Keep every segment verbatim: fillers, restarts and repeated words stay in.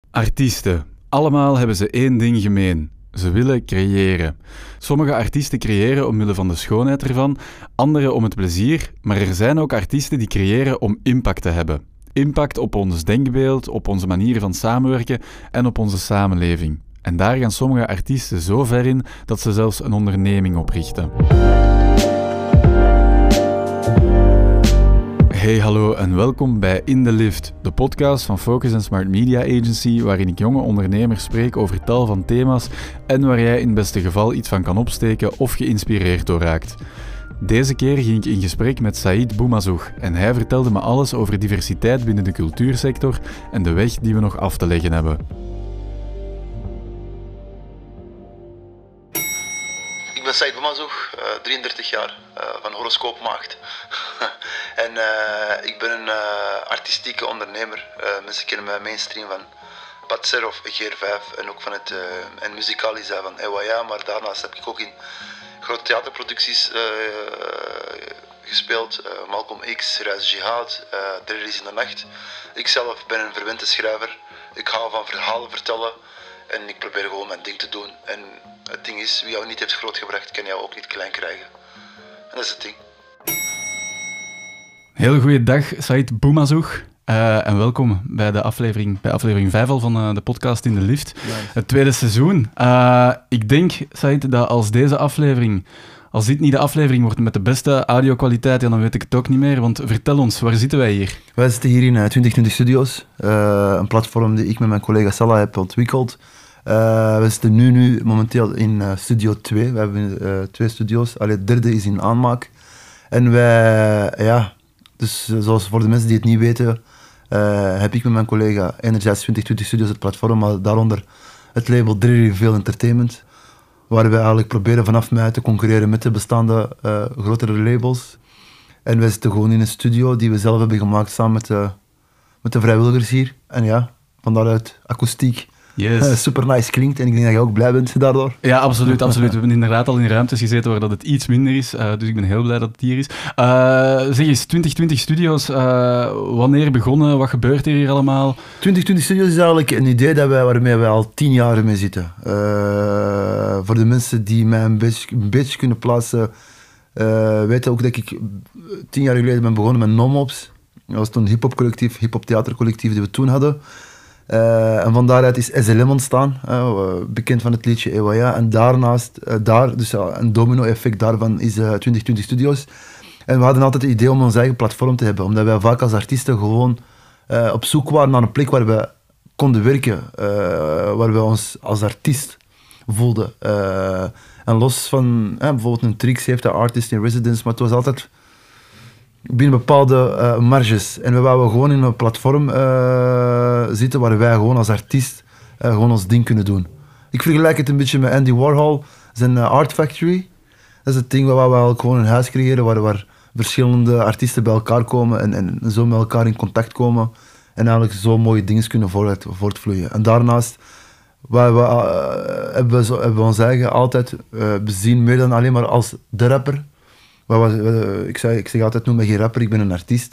Artiesten. Allemaal hebben ze één ding gemeen. Ze willen creëren. Sommige artiesten creëren omwille van de schoonheid ervan, anderen om het plezier, maar er zijn ook artiesten die creëren om impact te hebben. Impact op ons denkbeeld, op onze manier van samenwerken en op onze samenleving. En daar gaan sommige artiesten zo ver in dat ze zelfs een onderneming oprichten. Hey, hallo en welkom bij In The Lift, de podcast van Focus and Smart Media Agency, waarin ik jonge ondernemers spreek over tal van thema's en waar jij in het beste geval iets van kan opsteken of geïnspireerd door raakt. Deze keer ging ik in gesprek met Saïd Boumazoug en hij vertelde me alles over diversiteit binnen de cultuursector en de weg die we nog af te leggen hebben. Ik ben Saïd Boumazoug, uh, drieëndertig jaar, uh, van Horoscoopmaagd. en uh, ik ben een uh, artistieke ondernemer. Uh, mensen kennen mij mainstream van Patser of G R vijf en ook van het uh, en Musicalisa van Ewaya. Maar daarnaast heb ik ook in grote theaterproducties uh, gespeeld. Uh, Malcolm X, Reis Jihad, uh, Drie is in de Nacht. Ik zelf ben een verwente schrijver. Ik hou van verhalen vertellen. En ik probeer gewoon mijn ding te doen. En het ding is, wie jou niet heeft grootgebracht, kan jou ook niet klein krijgen. En dat is het ding. Heel goeie dag, Saïd Boumazoug. Uh, en welkom bij de aflevering, bij aflevering vijf al van uh, de podcast In The Lift. Nice. Het tweede seizoen. Uh, ik denk, Saïd, dat als deze aflevering, als dit niet de aflevering wordt met de beste audio-kwaliteit, ja, dan weet ik het ook niet meer. Want vertel ons, waar zitten wij hier? Wij zitten hier in uh, twintig twintig Studios. Uh, een platform die ik met mijn collega Salah heb ontwikkeld. Uh, we zitten nu, nu momenteel in uh, Studio twee. We hebben uh, twee studio's. Allee, de derde is in aanmaak. En wij, ja, dus uh, zoals voor de mensen die het niet weten, uh, heb ik met mijn collega Energize twintig twintig Studios het platform, maar daaronder het label drie Reveal Entertainment, waar wij eigenlijk proberen vanaf mei te concurreren met de bestaande uh, grotere labels. En wij zitten gewoon in een studio die we zelf hebben gemaakt samen met de, met de vrijwilligers hier. En ja, van daaruit akoestiek. Yes. Uh, super nice klinkt en ik denk dat je ook blij bent daardoor. Ja, absoluut, absoluut. We hebben inderdaad al in ruimtes gezeten waar dat het iets minder is, uh, dus ik ben heel blij dat het hier is. Uh, zeg eens, twintig twintig Studios, uh, wanneer begonnen, wat gebeurt er hier allemaal? twintig twintig Studios is eigenlijk een idee dat wij, waarmee wij al tien jaar mee zitten. Uh, voor de mensen die mij een beetje, een beetje kunnen plaatsen, uh, weten ook dat ik tien jaar geleden ben begonnen met Nomops. Dat was toen een hip-hop collectief, hip-hop theatercollectief die we toen hadden. Uh, en van daaruit is S L M ontstaan, uh, bekend van het liedje Ewaya. En daarnaast, uh, daar, dus uh, een domino-effect daarvan is uh, twintig twintig Studios. En we hadden altijd het idee om ons eigen platform te hebben, omdat wij vaak als artiesten gewoon uh, op zoek waren naar een plek waar we konden werken, uh, waar we ons als artiest voelden. Uh, en los van, uh, bijvoorbeeld een Trix heeft een artist in residence, maar het was altijd binnen bepaalde uh, marges. En we wouden gewoon in een platform uh, zitten waar wij gewoon als artiest uh, gewoon ons ding kunnen doen. Ik vergelijk het een beetje met Andy Warhol, zijn uh, Art Factory. Dat is het ding waar we eigenlijk gewoon een huis creëren, waar, waar verschillende artiesten bij elkaar komen en, en zo met elkaar in contact komen en eigenlijk zo mooie dingen kunnen voort, voortvloeien. En daarnaast waar we, uh, hebben, we zo, hebben we ons eigen altijd uh, bezien, meer dan alleen maar als de rapper. Ik zeg, ik zeg altijd, noem me geen rapper, ik ben een artiest.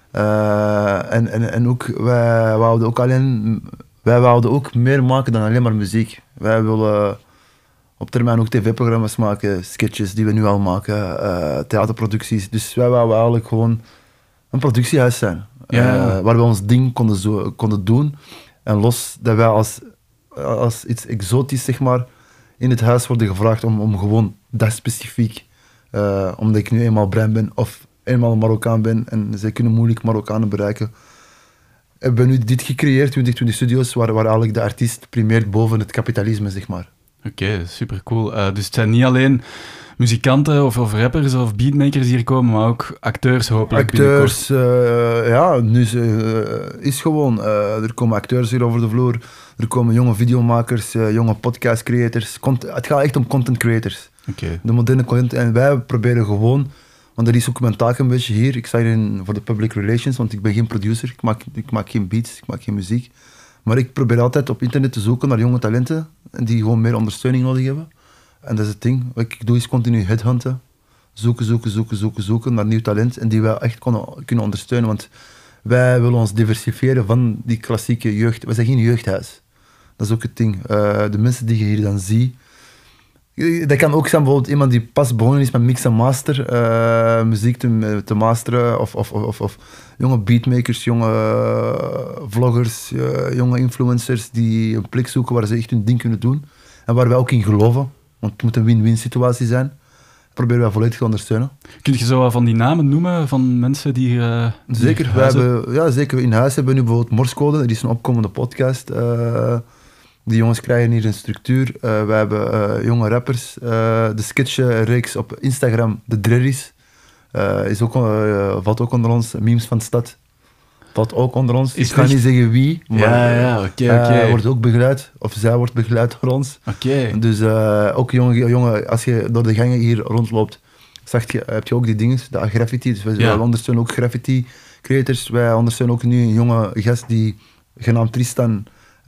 Uh, en, en, en ook, wij wouden ook alleen, wij wouden ook meer maken dan alleen maar muziek. Wij willen op termijn ook tv-programma's maken, sketches die we nu al maken, uh, theaterproducties. Dus wij wouden eigenlijk gewoon een productiehuis zijn. Ja. Uh, waar we ons ding konden, zo, konden doen. En los dat wij als, als iets exotisch, zeg maar, in het huis worden gevraagd om, om gewoon dat specifiek. Uh, omdat ik nu eenmaal bruin ben of eenmaal een Marokkaan ben en zij kunnen moeilijk Marokkanen bereiken. Hebben we nu dit gecreëerd, twintig twintig Studios, waar, waar eigenlijk de artiest primeert boven het kapitalisme, zeg maar. Oké, okay, super cool. Uh, dus het zijn niet alleen muzikanten of, of rappers of beatmakers die hier komen, maar ook acteurs hopelijk. Acteurs, uh, ja, nu uh, is gewoon. Uh, er komen acteurs hier over de vloer, er komen jonge videomakers, uh, jonge podcast creators. Cont- het gaat echt om content creators. Okay. De moderne content. En wij proberen gewoon, want dat is ook mijn taak een beetje hier. Ik sta hier in, voor de public relations, want ik ben geen producer. Ik maak, ik maak geen beats, ik maak geen muziek. Maar ik probeer altijd op internet te zoeken naar jonge talenten die gewoon meer ondersteuning nodig hebben. En dat is het ding. Wat ik doe is continu headhunten. Zoeken, zoeken, zoeken, zoeken, zoeken naar nieuw talent. En die wij echt kunnen, kunnen ondersteunen. Want Wij willen ons diversifiëren van die klassieke jeugd. We zijn geen jeugdhuis. Dat is ook het ding. Uh, de mensen die je hier dan ziet. Dat kan ook zijn bijvoorbeeld iemand die pas begonnen is met mix en master. Uh, muziek te, te masteren. Of, of, of, of jonge beatmakers, jonge vloggers, uh, jonge influencers die een plek zoeken waar ze echt hun ding kunnen doen. En waar wij ook in geloven. Want het moet een win-win situatie zijn. Proberen wij volledig te ondersteunen. Kun je zo van die namen noemen van mensen die... Uh, die zeker, wij hebben, ja, zeker. In huis hebben we nu bijvoorbeeld Morsecode, dat is een opkomende podcast. Uh, die jongens krijgen hier een structuur. Uh, wij hebben uh, jonge rappers. Uh, de sketchreeks op Instagram, de Drerries, uh, is ook, uh, valt ook onder ons. Memes van de stad valt ook onder ons. Is ik ga niet zeggen wie, maar ja, ja, okay, okay. Uh, wordt ook begeleid. Of zij wordt begeleid door ons. Okay. Dus uh, ook jonge, jonge, als je door de gangen hier rondloopt, zag je, heb je ook die dingen, de graffiti. Dus wij, ja. wij ondersteunen ook graffiti creators. Wij ondersteunen ook nu een jonge gast die genaamd Tristan,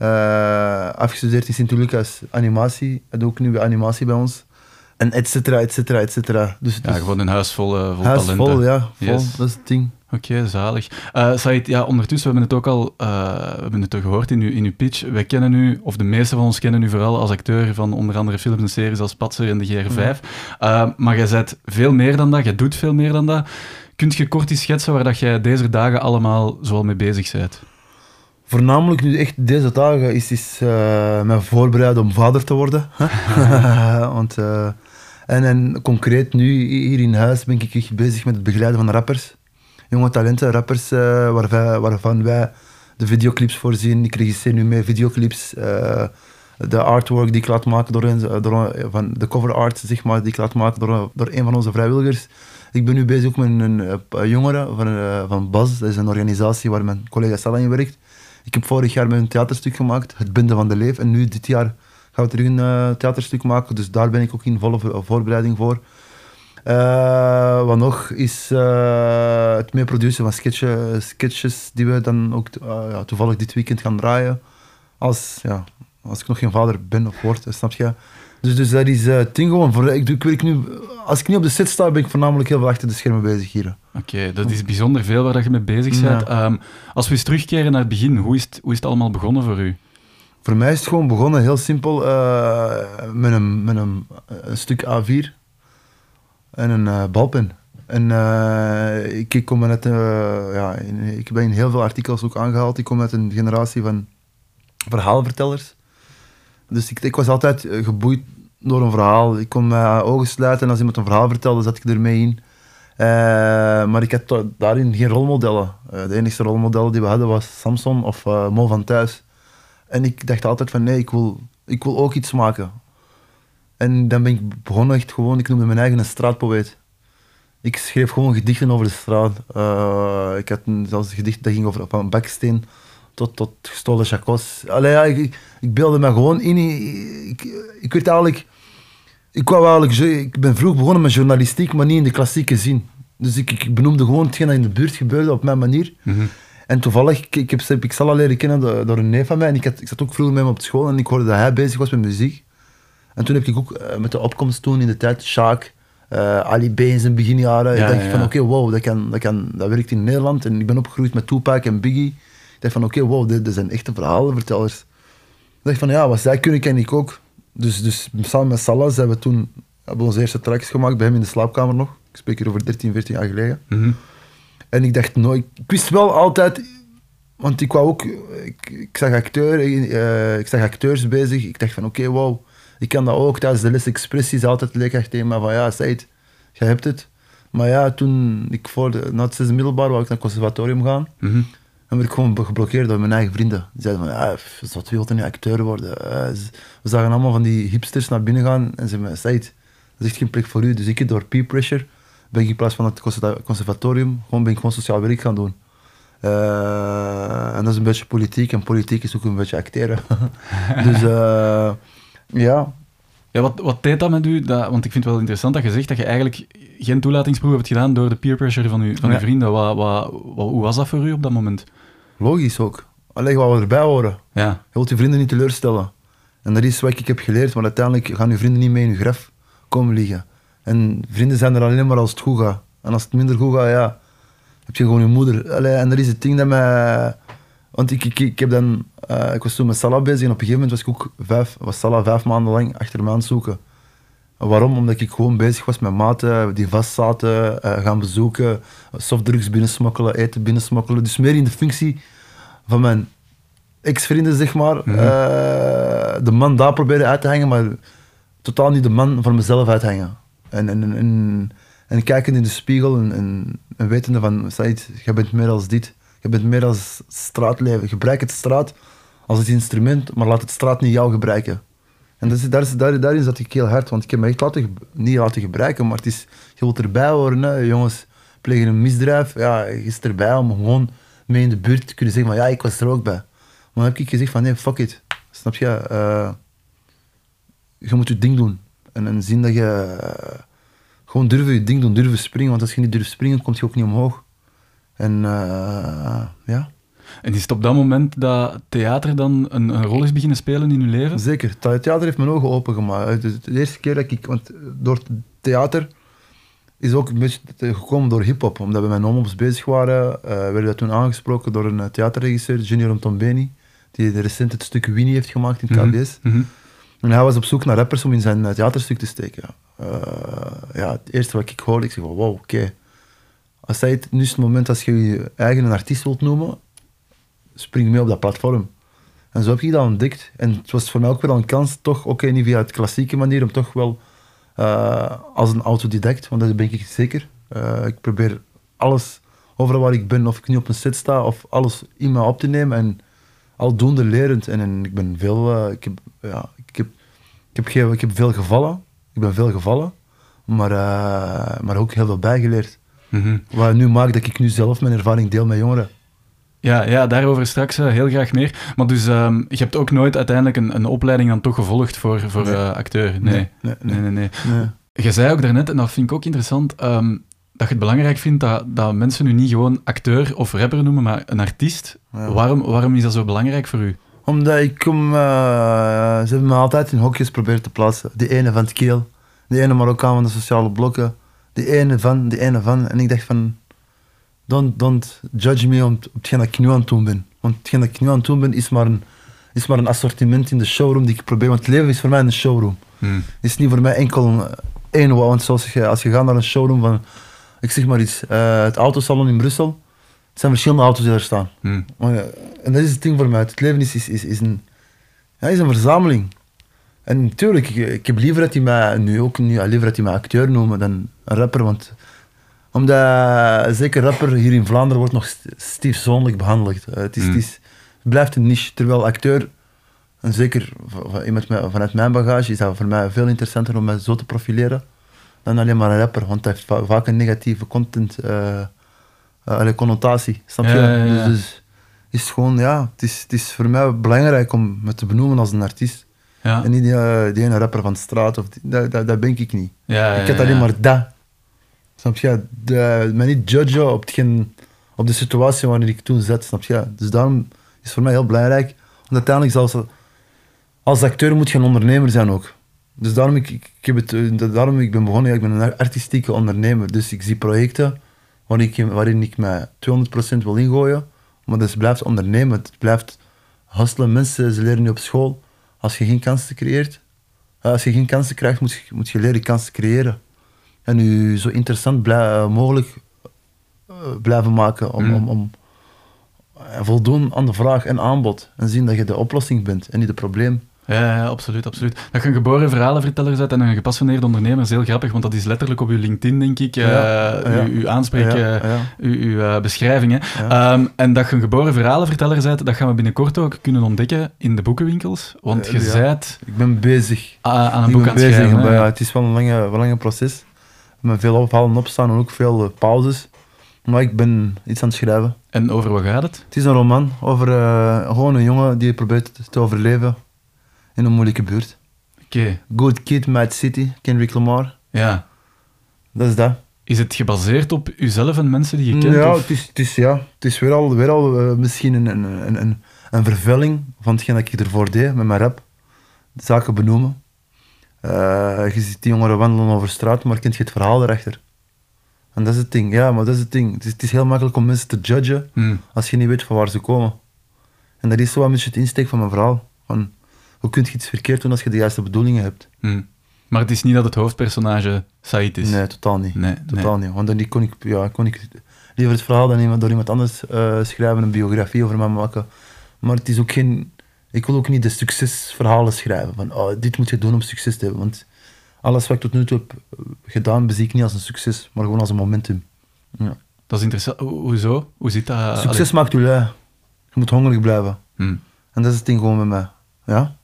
uh, afgestudeerd in Sint-Lucas, animatie. Hij doet ook nu animatie bij ons. En et cetera, et cetera, et cetera. Dus, ja, dus, gewoon een huis vol, uh, vol huis talenten. vol, ja. Vol, yes. Dat is het ding. Oké, okay, zalig. Uh, Said, ja, ondertussen, we hebben het ook al uh, we hebben het gehoord in uw, in uw pitch. Wij kennen u, of de meeste van ons kennen u vooral als acteur van onder andere films en series als Patser en de G R vijf. Uh, maar jij bent veel meer dan dat, jij doet veel meer dan dat. Kunt je kort eens schetsen waar dat jij deze dagen allemaal zoal mee bezig bent? Voornamelijk nu echt deze dagen is, is uh, mijn voorbereiden om vader te worden. Want, uh, en, en concreet nu hier in huis ben ik echt bezig met het begeleiden van rappers. Jonge talenten, rappers, uh, waar wij, waarvan wij de videoclips voorzien. Ik regisseer nu mee videoclips. Uh, de artwork die ik laat maken door, een, door van de cover art, zeg maar, die ik laat maken door, door een van onze vrijwilligers. Ik ben nu bezig ook met een, een, een jongere van, uh, van Bas. Dat is een organisatie waar mijn collega Salah in werkt. Ik heb vorig jaar met een theaterstuk gemaakt, Het Binden van de Leef. En nu, dit jaar, gaan we terug een uh, theaterstuk maken. Dus daar ben ik ook in volle voorbereiding voor. Uh, wat nog is uh, het mee produceren van sketche, sketches die we dan ook uh, ja, toevallig dit weekend gaan draaien. Als, ja, als ik nog geen vader ben of word, snap je? Dus, dus dat is het uh, ding gewoon. Voor, ik, ik werk nu, als ik niet op de set sta, ben ik voornamelijk heel veel achter de schermen bezig hier. Oké, okay, dat is bijzonder veel waar dat je mee bezig bent. Ja. Um, als we eens terugkeren naar het begin, hoe is het, hoe is het allemaal begonnen voor u? Voor mij is het gewoon begonnen, heel simpel, uh, met, een, met een, een stuk A vier en een uh, balpen. En uh, ik, ik, kom net, uh, ja, in, ik ben in heel veel artikels ook aangehaald. Ik kom uit een generatie van verhaalvertellers. Dus ik, ik was altijd geboeid door een verhaal. Ik kon mijn ogen sluiten en als iemand een verhaal vertelde, zat ik ermee in. Uh, maar ik had to- daarin geen rolmodellen. Uh, de enige rolmodellen die we hadden was Samson of uh, Mo van Thuis. En ik dacht altijd van nee, ik wil, ik wil ook iets maken. En dan ben ik begonnen echt gewoon, ik noemde mijn eigen een straatpoëet. Ik schreef gewoon gedichten over de straat. Uh, ik had een, zelfs een gedicht dat ging over van baksteen tot, tot gestolen chacos. Allee, ja, ik, ik beelde me gewoon in. Ik, ik, ik werd eigenlijk... Ik, wou eigenlijk... ik ben vroeg begonnen met journalistiek, maar niet in de klassieke zin. Dus ik, ik benoemde gewoon hetgeen dat in de buurt gebeurde op mijn manier. Mm-hmm. En toevallig, ik, ik heb, heb ik Salah leren kennen door, door een neef van mij. En ik, had, ik zat ook vroeger met hem op school en ik hoorde dat hij bezig was met muziek. En toen heb ik ook uh, met de opkomst toen in de tijd, Sjaak, uh, Ali B in zijn beginjaren. Ja, ik dacht ja, ja. van oké, okay, wow, dat, kan, dat, kan, dat werkt in Nederland. En ik ben opgegroeid met Tupac en Biggie. Ik dacht van oké, okay, wow, dit, dit zijn echte verhalenvertellers. Ik dacht van ja, wat zij kunnen, ken ik ook. Dus, dus samen met Salah zijn we toen hebben we onze eerste tracks gemaakt bij hem in de slaapkamer nog. Ik spreek hier over dertien, veertien jaar geleden. Mm-hmm. En ik dacht nooit, ik wist wel altijd, want ik wou ook, ik, ik, zag, acteur, uh, ik zag acteurs bezig. Ik dacht van oké, okay, wow, ik kan dat ook. Tijdens de les expressies altijd leerkracht tegen me van ja, Said, jij hebt het. Maar ja, toen ik voor de, na het zesde middelbaar wou ik naar het conservatorium gaan. Mm-hmm. En werd ik gewoon geblokkeerd door mijn eigen vrienden. Die zeiden van ja, wat wil je niet acteur worden? We zagen allemaal van die hipsters naar binnen gaan en ze zeiden Said, dat is echt geen plek voor u. Dus ik door peer pressure ben ik in plaats van het conservatorium, gewoon ben ik gewoon sociaal werk gaan doen. Uh, en dat is een beetje politiek, en politiek is ook een beetje acteren. Dus uh, ja. Ja, wat, wat deed dat met u? Dat, want ik vind het wel interessant dat je zegt dat je eigenlijk geen toelatingsproef hebt gedaan door de peer pressure van, u, van ja. uw vrienden. Wat, wat, wat, hoe was dat voor u op dat moment? Logisch ook. Alleen wat we erbij horen. Ja. Je wilt je vrienden niet teleurstellen. En dat is wat ik heb geleerd, maar uiteindelijk gaan je vrienden niet mee in je graf komen liggen. En vrienden zijn er alleen maar als het goed gaat. En als het minder goed gaat, ja, heb je gewoon je moeder. Allee, en er is het ding dat mij... Want ik, ik, ik, heb dan, uh, ik was toen met Salah bezig en op een gegeven moment was ik ook vijf, was Salah vijf maanden lang achter me aan het zoeken. Waarom? Omdat ik gewoon bezig was met maten die vastzaten, uh, gaan bezoeken, softdrugs binnensmokkelen, eten binnensmokkelen. Dus meer in de functie van mijn ex-vrienden, zeg maar. Mm-hmm. uh, de man daar proberen uit te hangen, maar totaal niet de man voor mezelf uithangen. En, en, en, en kijken in de spiegel en, en, en wetende van, Saïd, je bent meer als dit. Je bent meer als straatleven. Gebruik het straat als het instrument, maar laat het straat niet jou gebruiken. En dat is, daar is, daar, daarin zat ik heel hard, want ik heb me echt laten, niet laten gebruiken, maar het is, je wilt erbij horen. Hè. Jongens plegen een misdrijf, ja, je is erbij om gewoon mee in de buurt te kunnen zeggen van ja, ik was er ook bij. Maar dan heb ik gezegd van nee, fuck it. Snap je? Uh, je moet je ding doen. En, en zien dat je uh, gewoon durven je ding doen, durven springen, want als je niet durft springen, kom je ook niet omhoog. En uh, ja. En is het op dat moment dat theater dan een, een rol is beginnen spelen in je leven? Zeker. Theater heeft mijn ogen opengemaakt. De, de eerste keer dat ik... Want door theater is ook een beetje gekomen door hiphop. Omdat we met nomops bezig waren, uh, werden we toen aangesproken door een theaterregisseur, Junior Mtombeni, die recent het stuk Winnie heeft gemaakt in K B S. Mm-hmm. En hij was op zoek naar rappers om in zijn theaterstuk te steken. Uh, ja, het eerste wat ik hoorde, ik zeg wow, oké. Okay. Als hij het, nu is het moment als je je eigen een artiest wilt noemen, spring mee op dat platform. En zo heb ik dat ontdekt. En het was voor mij ook wel een kans, toch, oké, okay, niet via het klassieke manier, om toch wel uh, als een autodidact, want dat ben ik zeker. Uh, ik probeer alles, overal waar ik ben, of ik nu op een set sta, of alles in me op te nemen en aldoende lerend. En, en ik ben veel, uh, ik, heb, ja, ik, heb, ik, heb geen, ik heb veel gevallen, ik ben veel gevallen, maar, uh, maar ook heel veel bijgeleerd. Mm-hmm. Wat nu maakt dat ik nu zelf mijn ervaring deel met jongeren. Ja, ja, daarover straks uh, heel graag meer. Maar dus, um, je hebt ook nooit uiteindelijk een, een opleiding dan toch gevolgd voor, voor nee. uh, acteur? Nee. Nee nee, nee, nee, nee, nee. Je zei ook daarnet, en dat vind ik ook interessant, um, dat je het belangrijk vindt dat, dat mensen u niet gewoon acteur of rapper noemen, maar een artiest. Ja. Waarom, waarom is dat zo belangrijk voor u? Omdat ik kom... Uh, ze hebben me altijd in hokjes proberen te plaatsen. De ene van het Keel, de ene Marokkaan van de sociale blokken, de ene van, de ene van. En ik dacht van... Don't, don't judge me op hetgeen dat ik nu aan het doen ben. Want hetgeen dat ik nu aan het doen ben, is maar een, is maar een assortiment in de showroom die ik probeer. Want het leven is voor mij een showroom. Hmm. Het is niet voor mij enkel één. Want zoals je, als je gaat naar een showroom van... Ik zeg maar iets. Uh, het autosalon in Brussel. Het zijn verschillende auto's die daar staan. Hmm. Maar, uh, en dat is het ding voor mij. Het leven is, is, is, is, een, ja, is een verzameling. En natuurlijk, ik, ik heb liever dat die mij... Nu ook nu, liever dat die mij acteur noemen dan een rapper. Want... Omdat zeker rapper hier in Vlaanderen wordt nog stiefzoonlijk behandeld. Uh, het, is, mm. het, is, het blijft een niche, terwijl acteur, en zeker iemand vanuit mijn bagage, is dat voor mij veel interessanter om mij zo te profileren dan alleen maar een rapper, want hij heeft va vaak een negatieve content, uh, uh, connotatie, snap je? Ja, ja, ja. Dus, dus is het gewoon, ja, het is, het is voor mij belangrijk om me te benoemen als een artiest. Ja. En niet die, uh, die ene rapper van de straat, of die, dat, dat, dat ben ik niet. Ja, ik heb ja, alleen ja. maar dat. Snap je? De, mij niet judgen op, hetgeen, op de situatie waarin ik toen zat, snap je? Dus daarom is het voor mij heel belangrijk. Want uiteindelijk zelfs als acteur moet je een ondernemer zijn ook. Dus daarom ik, ik, ik heb het, daarom ik ben begonnen, ja, ik ben een artistieke ondernemer. Dus ik zie projecten waarin ik, waarin ik mij tweehonderd procent wil ingooien. Maar dus het blijft ondernemen, het blijft hustelen. Mensen, ze leren niet op school. Als je geen kansen creëert, als je geen kansen krijgt, moet je, moet je leren kansen creëren. En u zo interessant blij, mogelijk uh, blijven maken om, mm. om, om uh, voldoen aan de vraag en aanbod. En zien dat je de oplossing bent en niet het probleem. Ja, ja, absoluut, absoluut. Dat je een geboren verhalenverteller bent en een gepassioneerde ondernemer is heel grappig, want dat is letterlijk op uw LinkedIn, denk ik, uh, ja, ja. uw, uw aanspreek, ja, ja. uw, uw uh, beschrijvingen. Ja. Um, en dat je een geboren verhalenverteller bent, dat gaan we binnenkort ook kunnen ontdekken in de boekenwinkels, want je ja. zijt... Ik ben bezig. A, aan een ik boek aan het schrijven. Bezig, ja, het is wel een lange, een lange proces. Met veel opvallen opstaan en ook veel uh, pauzes. Maar ik ben iets aan het schrijven. En over wat gaat het? Het is een roman over uh, gewoon een jongen die probeert te overleven in een moeilijke buurt. Oké. Okay. Good Kid, Mad City, Kendrick Lamar. Ja. Dat is dat. Is het gebaseerd op jezelf en mensen die je kent? Ja, of? Het, is, het, is, ja. het is weer al, weer al uh, misschien een, een, een, een vervulling van hetgeen dat ik ervoor deed met mijn rap. De zaken benoemen. Uh, je ziet die jongeren wandelen over straat, maar kent je het verhaal erachter? En dat is het ding, ja, maar dat is het ding. Het is, het is heel makkelijk om mensen te judgen Hmm. als je niet weet van waar ze komen. En dat is zo een beetje het insteek van mijn verhaal. Van, hoe kun je iets verkeerd doen als je de juiste bedoelingen hebt? Hmm. Maar het is niet dat het hoofdpersonage Said is. Nee, totaal niet. Nee, Totaal nee. niet. Want dan die kon ik, ja, kon ik liever het verhaal dan iemand, door iemand anders eh, schrijven, een biografie over mij maken. Maar het is ook geen... Ik wil ook niet de succesverhalen schrijven. Van, oh, dit moet je doen om succes te hebben. Want alles wat ik tot nu toe heb gedaan, bezie ik niet als een succes, maar gewoon als een momentum. Ja. Dat is interessant. Ho- Hoezo? Hoe zit dat? Succes maakt je lui. Je moet hongerig blijven. Hmm. En dat is het ding gewoon met mij. Ja?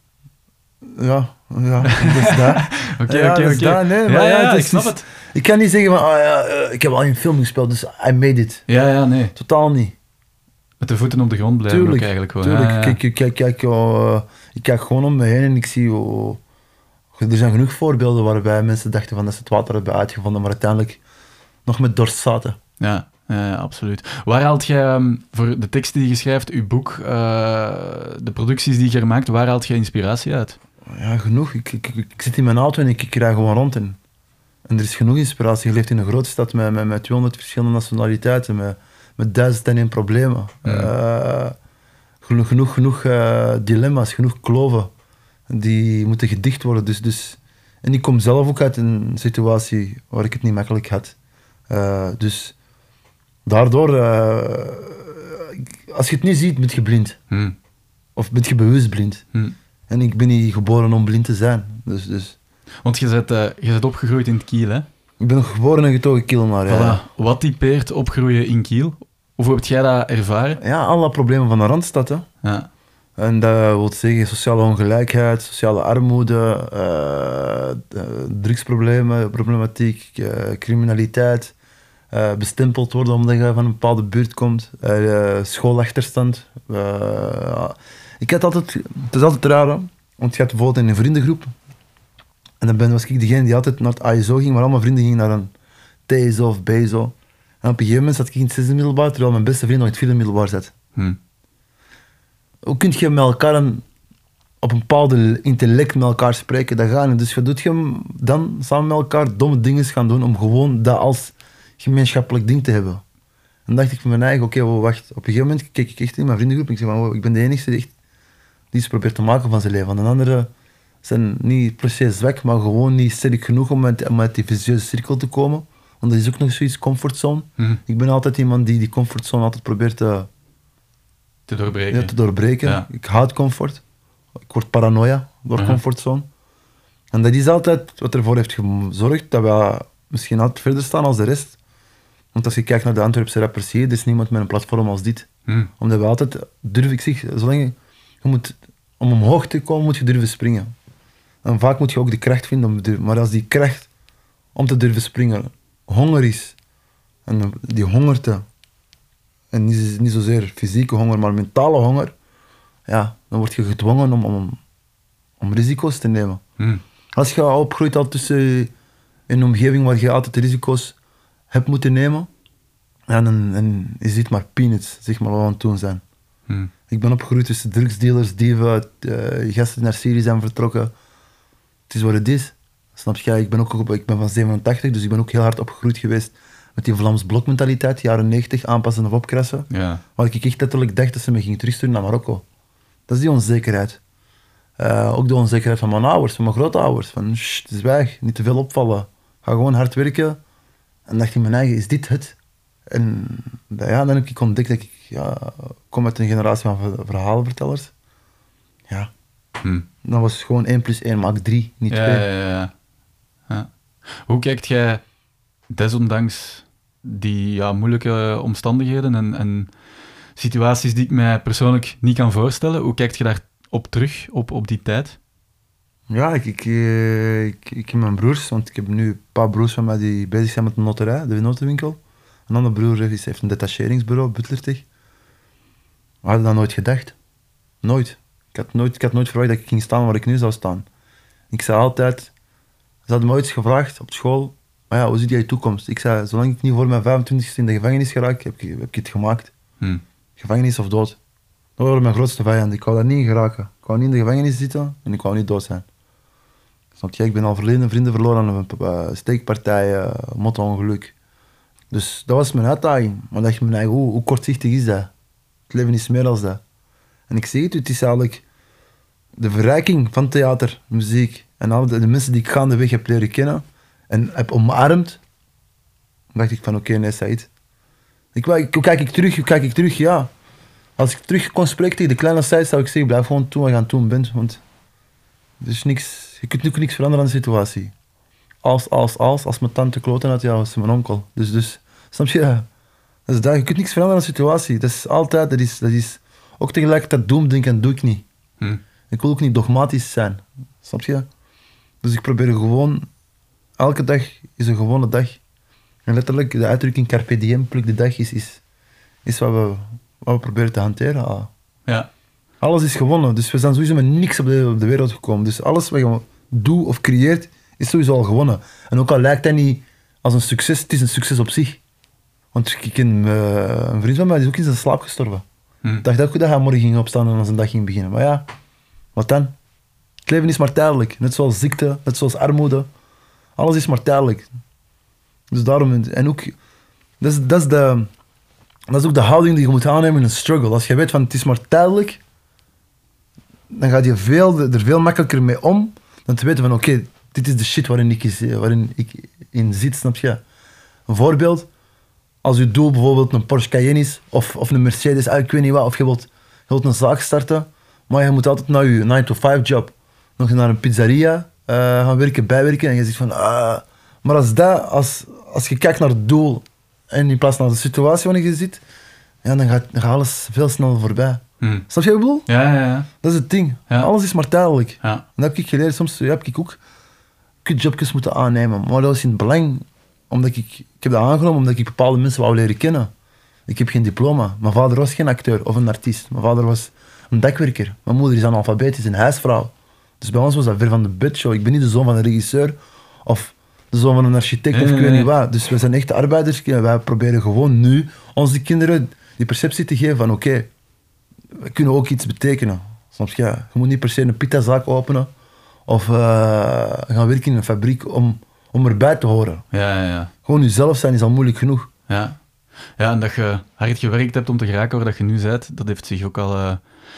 Ja, ja, dat is dat. Oké, Ja, oké, dat is oké. dat, nee, Ja, maar ja, ja, het ik is- snap is- het. Ik kan niet zeggen van, ah ja, eh, ik heb al in een film gespeeld, dus I made it. Ja, ja, nee. Totaal niet. Met de voeten op de grond blijven Tuurlijk, ook eigenlijk gewoon. tuurlijk. Ja, ja. Kijk, kijk, kijk, kijk, oh, ik kijk gewoon om me heen en ik zie... oh, er zijn genoeg voorbeelden waarbij mensen dachten van dat ze het water hebben uitgevonden, maar uiteindelijk nog met dorst zaten. Ja, ja, ja, absoluut. Waar haalt jij ehm, voor de teksten die je schrijft, je boek, eh, de producties die je er maakt, waar haalt jij inspiratie uit? Ja, genoeg. Ik, ik, ik, ik zit in mijn auto en ik, ik rij gewoon rond. En, en er is genoeg inspiratie. Je leeft in een grote stad met, met, met tweehonderd verschillende nationaliteiten, met, met duizend en één problemen. Ja. Eh, genoeg, genoeg, genoeg eh, dilemma's, genoeg kloven. Die moeten gedicht worden. Dus, dus, en ik kom zelf ook uit een situatie waar ik het niet makkelijk had. Eh, dus daardoor, eh, als je het niet ziet, ben je blind. Hm, Of ben je bewust blind. hm. En ik ben niet geboren om blind te zijn. Dus, dus. Want je bent, eh, je bent opgegroeid in het Kiel, hè? Ik ben geboren en getogen Kielnaar. Ja. Voilà. Wat typeert opgroeien in Kiel? Of hoe heb jij dat ervaren? Ja, alle problemen van de Randstad. Hè. Ja. En dat wil zeggen sociale ongelijkheid, sociale armoede, eh, eh, drugsproblemen, problematiek, eh, criminaliteit, eh, bestempeld worden omdat je van een bepaalde buurt komt, eh, schoolachterstand. Eh, ik had altijd, het is altijd raar, hè, want je had bijvoorbeeld in een vriendengroep en dan ben, was ik degene die altijd naar het A S O ging, maar allemaal vrienden gingen naar een T S O of B S O. En op een gegeven moment zat ik in het zesde middelbaar, terwijl mijn beste vriend nog in het vierde middelbaar zat. Hm. Hoe kun je met elkaar een, op een bepaalde intellect met elkaar spreken? Dat gaat niet. Dus je doet je dan samen met elkaar domme dingen gaan doen om gewoon dat als gemeenschappelijk ding te hebben. En dan dacht ik van mijn eigen, oké, okay, wacht. Op een gegeven moment keek ik echt in mijn vriendengroep en ik zei van, wow, ik ben de enige die, echt, die iets probeert te maken van zijn leven. En de anderen zijn niet per se zwak, maar gewoon niet sterk genoeg om uit, om uit die visieuze cirkel te komen. Want dat is ook nog zoiets, comfortzone. Hm. Ik ben altijd iemand die die comfortzone altijd probeert te... Te doorbreken. Ja, te doorbreken. Ja. Ik haat comfort. Ik word paranoia door Uh-huh. comfortzone. En dat is altijd wat ervoor heeft gezorgd dat we misschien altijd verder staan als de rest. Want als je kijkt naar de Antwerpse rappers hier, er is niemand met een platform als dit. Hm. Omdat we altijd, durf ik zeg, zolang je, je moet, om omhoog te komen moet je durven springen. En vaak moet je ook de kracht vinden om te durven. Maar als die kracht om te durven springen honger is, en die hongerte, en niet, niet zozeer fysieke honger, maar mentale honger, ja, dan word je gedwongen om, om, om risico's te nemen. Hm. Als je opgroeit al tussen in een omgeving waar je altijd risico's hebt moeten nemen, ja, dan, dan is dit maar peanuts, zeg maar, wat we aan het doen zijn. Hm. Ik ben opgegroeid tussen drugsdealers, dieven, uh, gasten die naar Syrië zijn vertrokken. Het is wat het is. Snap je? Ik ben, ook, ik ben van zevenentachtig, dus ik ben ook heel hard opgegroeid geweest met die Vlaams blokmentaliteit, jaren negentig, aanpassen of opkrassen. Ja. Waar ik echt letterlijk dacht dat ze me gingen terugsturen naar Marokko. Dat is die onzekerheid. Uh, ook de onzekerheid van mijn ouders, van mijn grootouders. Van, shh, zwijg, niet te veel opvallen. Ga gewoon hard werken. En dacht in mijn eigen, is dit het? En ja, dan heb ik ontdekt dat ik ja, kom uit een generatie van verhalenvertellers. Ja. Hm. Dat was gewoon één plus één maakt drie, niet Ja, twee. ja, ja, ja. Hoe kijkt jij, desondanks die ja, moeilijke omstandigheden en, en situaties die ik mij persoonlijk niet kan voorstellen, hoe kijkt je daar op terug, op, op die tijd? Ja, ik, ik, eh, ik, ik heb mijn broers, want ik heb nu een paar broers van mij die bezig zijn met de noterij, de notenwinkel. Een andere broer heeft heeft een detacheringsbureau, Butlertech. We hadden dat nooit gedacht. Nooit. Ik had nooit. Ik had nooit verwacht dat ik ging staan waar ik nu zou staan. Ik zei altijd... Ze hadden me ooit gezegd op school, maar ja, hoe ziet jij je toekomst? Ik zei, zolang ik niet voor mijn vijfentwintigste in de gevangenis geraak, heb ik, heb ik het gemaakt. Hm. Gevangenis of dood. Dat waren mijn grootste vijanden. Ik wou daar niet in geraken. Ik wou niet in de gevangenis zitten en ik wou niet dood zijn. Snap je? Ik ben al verleden vrienden verloren aan een uh, steekpartij, uh, motto-ongeluk. Dus dat was mijn uitdaging. Maar dacht ik me eigen, hoe, hoe kortzichtig is dat? Het leven is meer dan dat. En ik zeg het u, het is eigenlijk de verrijking van theater, muziek en al de, de mensen die ik gaandeweg heb leren kennen en heb omarmd. Dan dacht ik van oké, okay, nee, Saïd. Ik, hoe kijk ik terug, hoe kijk ik terug, ja. Als ik terug kon spreken tegen de kleine Saïd, zou ik zeggen, blijf gewoon doen wat je aan het doen bent. Want er is niks, je kunt nu niks veranderen aan de situatie. Als, als, als, als mijn tante kloten had, ja, was mijn onkel. Dus, dus snap je? Dat is dat. Je kunt niks veranderen aan de situatie. Dat is altijd, dat is, dat is ook tegelijkertijd doemdenken, dat doe ik niet. Hm. Ik wil ook niet dogmatisch zijn. Snap je? Dus ik probeer gewoon, elke dag is een gewone dag. En letterlijk, de uitdrukking carpe diem, pluk de dag, is, is, is wat, we, wat we proberen te hanteren. Ah. Ja. Alles is gewonnen, dus we zijn sowieso met niks op de, op de wereld gekomen. Dus alles wat je doet of creëert, is sowieso al gewonnen. En ook al lijkt dat niet als een succes, het is een succes op zich. Want ik ken uh, een vriend van mij, die is ook in zijn slaap gestorven. Hm. Ik dacht ook dat hij morgen ging opstaan en aan zijn dag ging beginnen. Maar ja, wat dan? Het leven is maar tijdelijk. Net zoals ziekte, net zoals armoede. Alles is maar tijdelijk. Dus daarom, en ook, dat is, dat is, de, dat is ook de houding die je moet aannemen in een struggle. Als je weet van het is maar tijdelijk, dan ga je veel, er veel makkelijker mee om dan te weten van oké, okay, dit is de shit waarin ik, is, waarin ik in zit, snap je? Een voorbeeld, als je doel bijvoorbeeld een Porsche Cayenne is of, of een Mercedes, ik weet niet wat, of je wilt, je wilt een zaak starten, maar je moet altijd naar je nine to five job nog naar een pizzeria uh, gaan werken, bijwerken en je zegt van ah. Maar als, dat, als, als je kijkt naar het doel en in plaats naar de situatie waarin je zit, ja, dan, gaat, dan gaat alles veel sneller voorbij. Hmm. Snap je wat ik bedoel? Ja, ja, ja. Dat is het ding. Ja. Alles is maar tijdelijk. Ja. En dat heb ik geleerd. Soms heb ik ook kutjobjes moeten aannemen. Maar dat was in het belang. Omdat ik, ik heb dat aangenomen omdat ik bepaalde mensen wou leren kennen. Ik heb geen diploma. Mijn vader was geen acteur of een artiest. Mijn vader was een dakwerker. Mijn moeder is analfabetisch, een huisvrouw. Dus bij ons was dat ver van de bedshow. Ik ben niet de zoon van een regisseur of de zoon van een architect nee, of ik weet niet wat. Dus we zijn echte arbeiders. Wij proberen gewoon nu onze kinderen die perceptie te geven van oké, okay, we kunnen ook iets betekenen. Snap je? Je moet niet per se een pitazaak openen of uh, gaan werken in een fabriek om, om erbij te horen. Ja, ja, ja. Gewoon jezelf zijn is al moeilijk genoeg. Ja. Ja, en dat je hard gewerkt hebt om te geraken waar dat je nu bent, dat heeft zich ook al... Uh...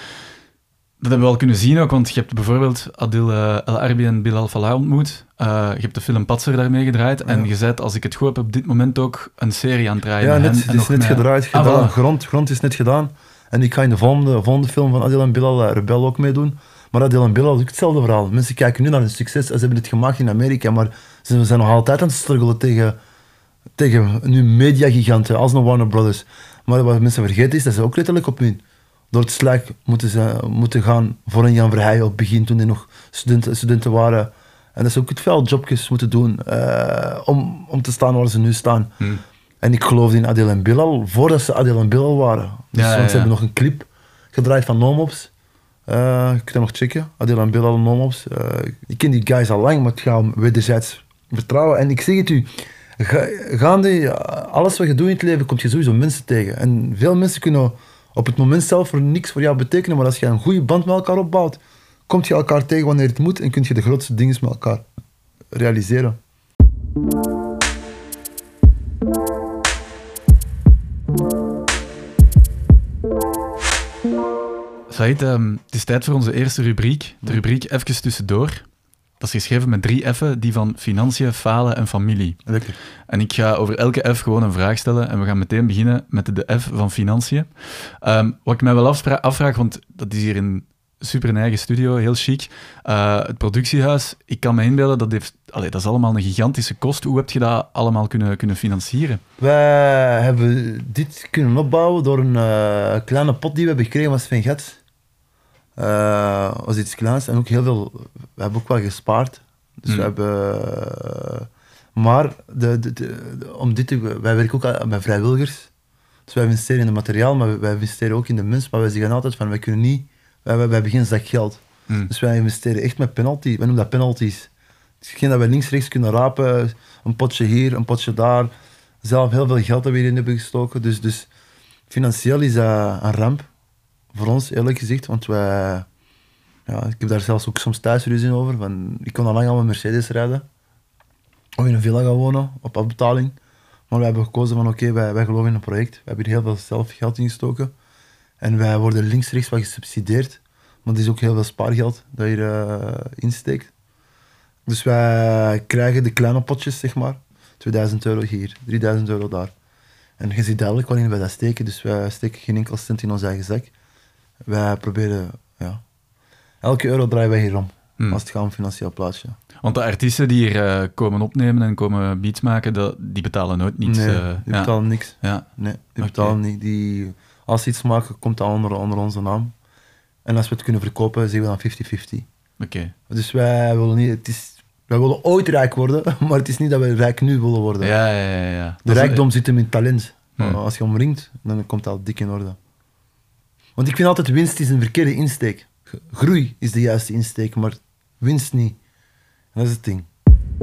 Dat hebben we al kunnen zien ook, want je hebt bijvoorbeeld Adil uh, El Arbi en Bilal Fallah ontmoet. Uh, je hebt de film Patser daarmee gedraaid. Ja. En je zei, als ik het goed heb, op dit moment ook een serie aan het draaien. Ja, net, hen, het is net met... gedraaid, gedaan. Ah, voilà. grond, grond is net gedaan. En ik ga in de volgende, volgende film van Adil en Bilal, uh, Rebel, ook meedoen. Maar Adil en Bilal is ook hetzelfde verhaal. Mensen kijken nu naar hun succes en ze hebben het gemaakt in Amerika, maar ze zijn nog altijd aan het struggelen tegen, tegen nu mediagiganten als een Warner Brothers. Maar wat mensen vergeten is dat ze ook letterlijk op hun... Door het slijk moeten ze moeten gaan voor een Jan Verheijen op het begin, toen die nog studenten, studenten waren. En dat ze ook het veel jobjes moeten doen uh, om, om te staan waar ze nu staan. Hmm. En ik geloofde in Adil en Bilal voordat ze Adil en Bilal waren. Dus, ja, ja, want ze ja. hebben nog een clip gedraaid van Nomops. Uh, je kunt dat nog checken. Adil en Bilal en Nomops. Uh, ik ken die guys al lang, maar het gaat om wederzijds vertrouwen. En ik zeg het u, ga, gaande, alles wat je doet in het leven, kom je sowieso mensen tegen. En veel mensen kunnen... op het moment zelf voor niks voor jou betekenen, maar als je een goede band met elkaar opbouwt, kom je elkaar tegen wanneer het moet en kun je de grootste dingen met elkaar realiseren. Saïd, um, het is tijd voor onze eerste rubriek. De rubriek Even tussendoor. Dat is geschreven met drie F'en, die van financiën, falen en familie. Lekker. En ik ga over elke F gewoon een vraag stellen en we gaan meteen beginnen met de F van financiën. Um, wat ik mij wel afvra- afvraag, want dat is hier een super een eigen studio, heel chic. Uh, het productiehuis, ik kan me inbeelden, dat, heeft, allee, dat is allemaal een gigantische kost. Hoe heb je dat allemaal kunnen, kunnen financieren? Wij hebben dit kunnen opbouwen door een uh, kleine pot die we hebben gekregen van Sven Gets. Uh, was iets kleins en ook heel veel, we hebben ook wel gespaard. Dus mm. we hebben, uh, maar de, de, de, de, om dit te, wij werken ook met vrijwilligers. Dus wij investeren in het materiaal, maar wij investeren ook in de mens. Maar wij zeggen altijd van, wij kunnen niet, wij, wij, wij hebben geen zak geld. Mm. Dus wij investeren echt met penalty, wij noemen dat penalties. Het is geen dat wij links-rechts kunnen rapen, een potje hier, een potje daar. Zelf heel veel geld dat we hierin hebben gestoken. Dus, dus financieel is dat een ramp. Voor ons, eerlijk gezegd, want wij... Ja, ik heb daar zelfs ook soms thuis ruzie over. Van, ik kon al lang al met Mercedes rijden. Of in een villa gaan wonen, op afbetaling. Maar we hebben gekozen van oké, okay, wij, wij geloven in een project. We hebben hier heel veel zelf geld in gestoken. En wij worden links-rechts wat gesubsidieerd. Maar er is ook heel veel spaargeld dat je uh, insteekt. Dus wij krijgen de kleine potjes, zeg maar. tweeduizend euro hier, drieduizend euro daar. En je ziet duidelijk waarin wij dat steken. Dus wij steken geen enkel cent in ons eigen zak. Wij proberen, ja... Elke euro draaien wij hier om. Hmm. Als het gaat om financieel plaatje. Want de artiesten die hier uh, komen opnemen en komen beats maken, dat, die betalen nooit niets. Nee, uh, die ja. betalen niks. Ja. Nee, die Okay. betalen niet. Die, als ze iets maken, komt dat onder, onder onze naam. En als we het kunnen verkopen, zeggen we dan vijftig vijftig. Oké. Okay. Dus wij willen niet... Het is, wij willen ooit rijk worden, maar het is niet dat we rijk nu willen worden. Ja, ja, ja. ja. De rijkdom zit hem in talent. Hmm. Als je omringt, dan komt dat dik in orde. Want ik vind altijd, winst is een verkeerde insteek. Groei is de juiste insteek, maar winst niet. En dat is het ding.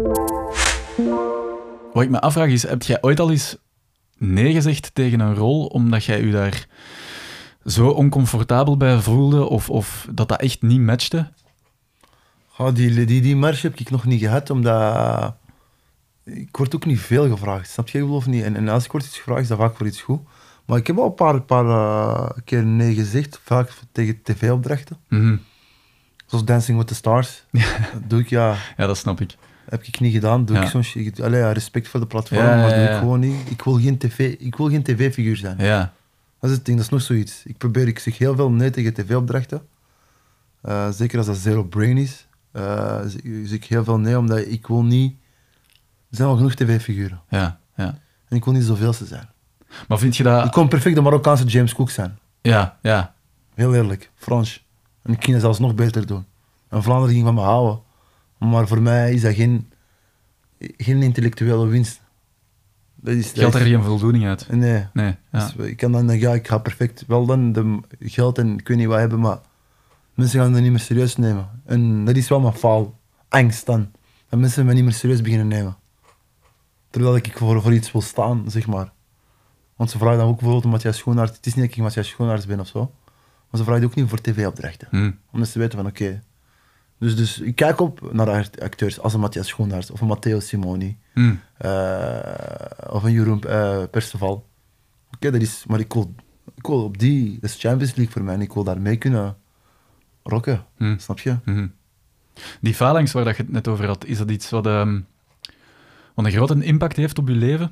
Wat ik me afvraag is, heb jij ooit al eens nee gezegd tegen een rol, omdat jij je daar zo oncomfortabel bij voelde, of, of dat dat echt niet matchte? Oh, die, die, die marge heb ik nog niet gehad, omdat... Ik word ook niet veel gevraagd, snap je of niet? En, en als ik word iets gevraagd, is dat vaak voor iets goed. Maar ik heb al een paar, paar uh, keer nee gezegd, vaak tegen tv-opdrachten. Mm-hmm. Zoals Dancing with the Stars. Dat doe ik, ja... Ja, dat snap ik. Heb ik niet gedaan. Doe ja. ik soms... Ik, allee, ja, respect voor de platform, ja, ja, ja, maar doe ik ja. gewoon niet. Ik wil geen tv, ik wil geen tv-figuur zijn. Ja. Dat is het ding, dat is nog zoiets. Ik probeer, ik zeg heel veel nee tegen tv-opdrachten. Uh, zeker als dat zero brain is. Uh, zeg ik heel veel nee, omdat ik wil niet... Er zijn al genoeg tv-figuren. Ja, ja. En ik wil niet zoveel te zijn. Maar vind je dat... Ik kon perfect de Marokkaanse James Cook zijn. Ja, ja. Heel eerlijk, Frans. En ik ging het zelfs nog beter doen. En Vlaanderen ging van me houden. Maar voor mij is dat geen, geen intellectuele winst. Dat is, Je haalt er geen voldoening uit. Nee. nee ja. Dus ik kan dan denken, ja, ik ga perfect wel dan de geld en ik weet niet wat hebben, maar mensen gaan dat niet meer serieus nemen. En dat is wel mijn faal. Angst dan. Dat mensen me niet meer serieus beginnen nemen. Terwijl ik voor, voor iets wil staan, zeg maar. Want ze vragen dan ook bijvoorbeeld om Matthias Schoenaerts. Het is niet dat ik Matthias Schoenaerts ben of zo. Maar ze vragen ook niet voor tv-opdrachten. Hmm. Omdat ze weten van, oké. Okay. Dus, dus ik kijk op naar acteurs als een Matthias Schoenaerts of een Matteo Simoni. Hmm. Uh, of een Jeroen uh, Perceval. Oké, okay, dat is... Maar ik wil, ik wil op die... Dat is Champions League voor mij en ik wil daarmee kunnen rocken. Hmm. Snap je? Hmm. Die phalanx waar dat je het net over had, is dat iets wat, um, wat een grote impact heeft op je leven?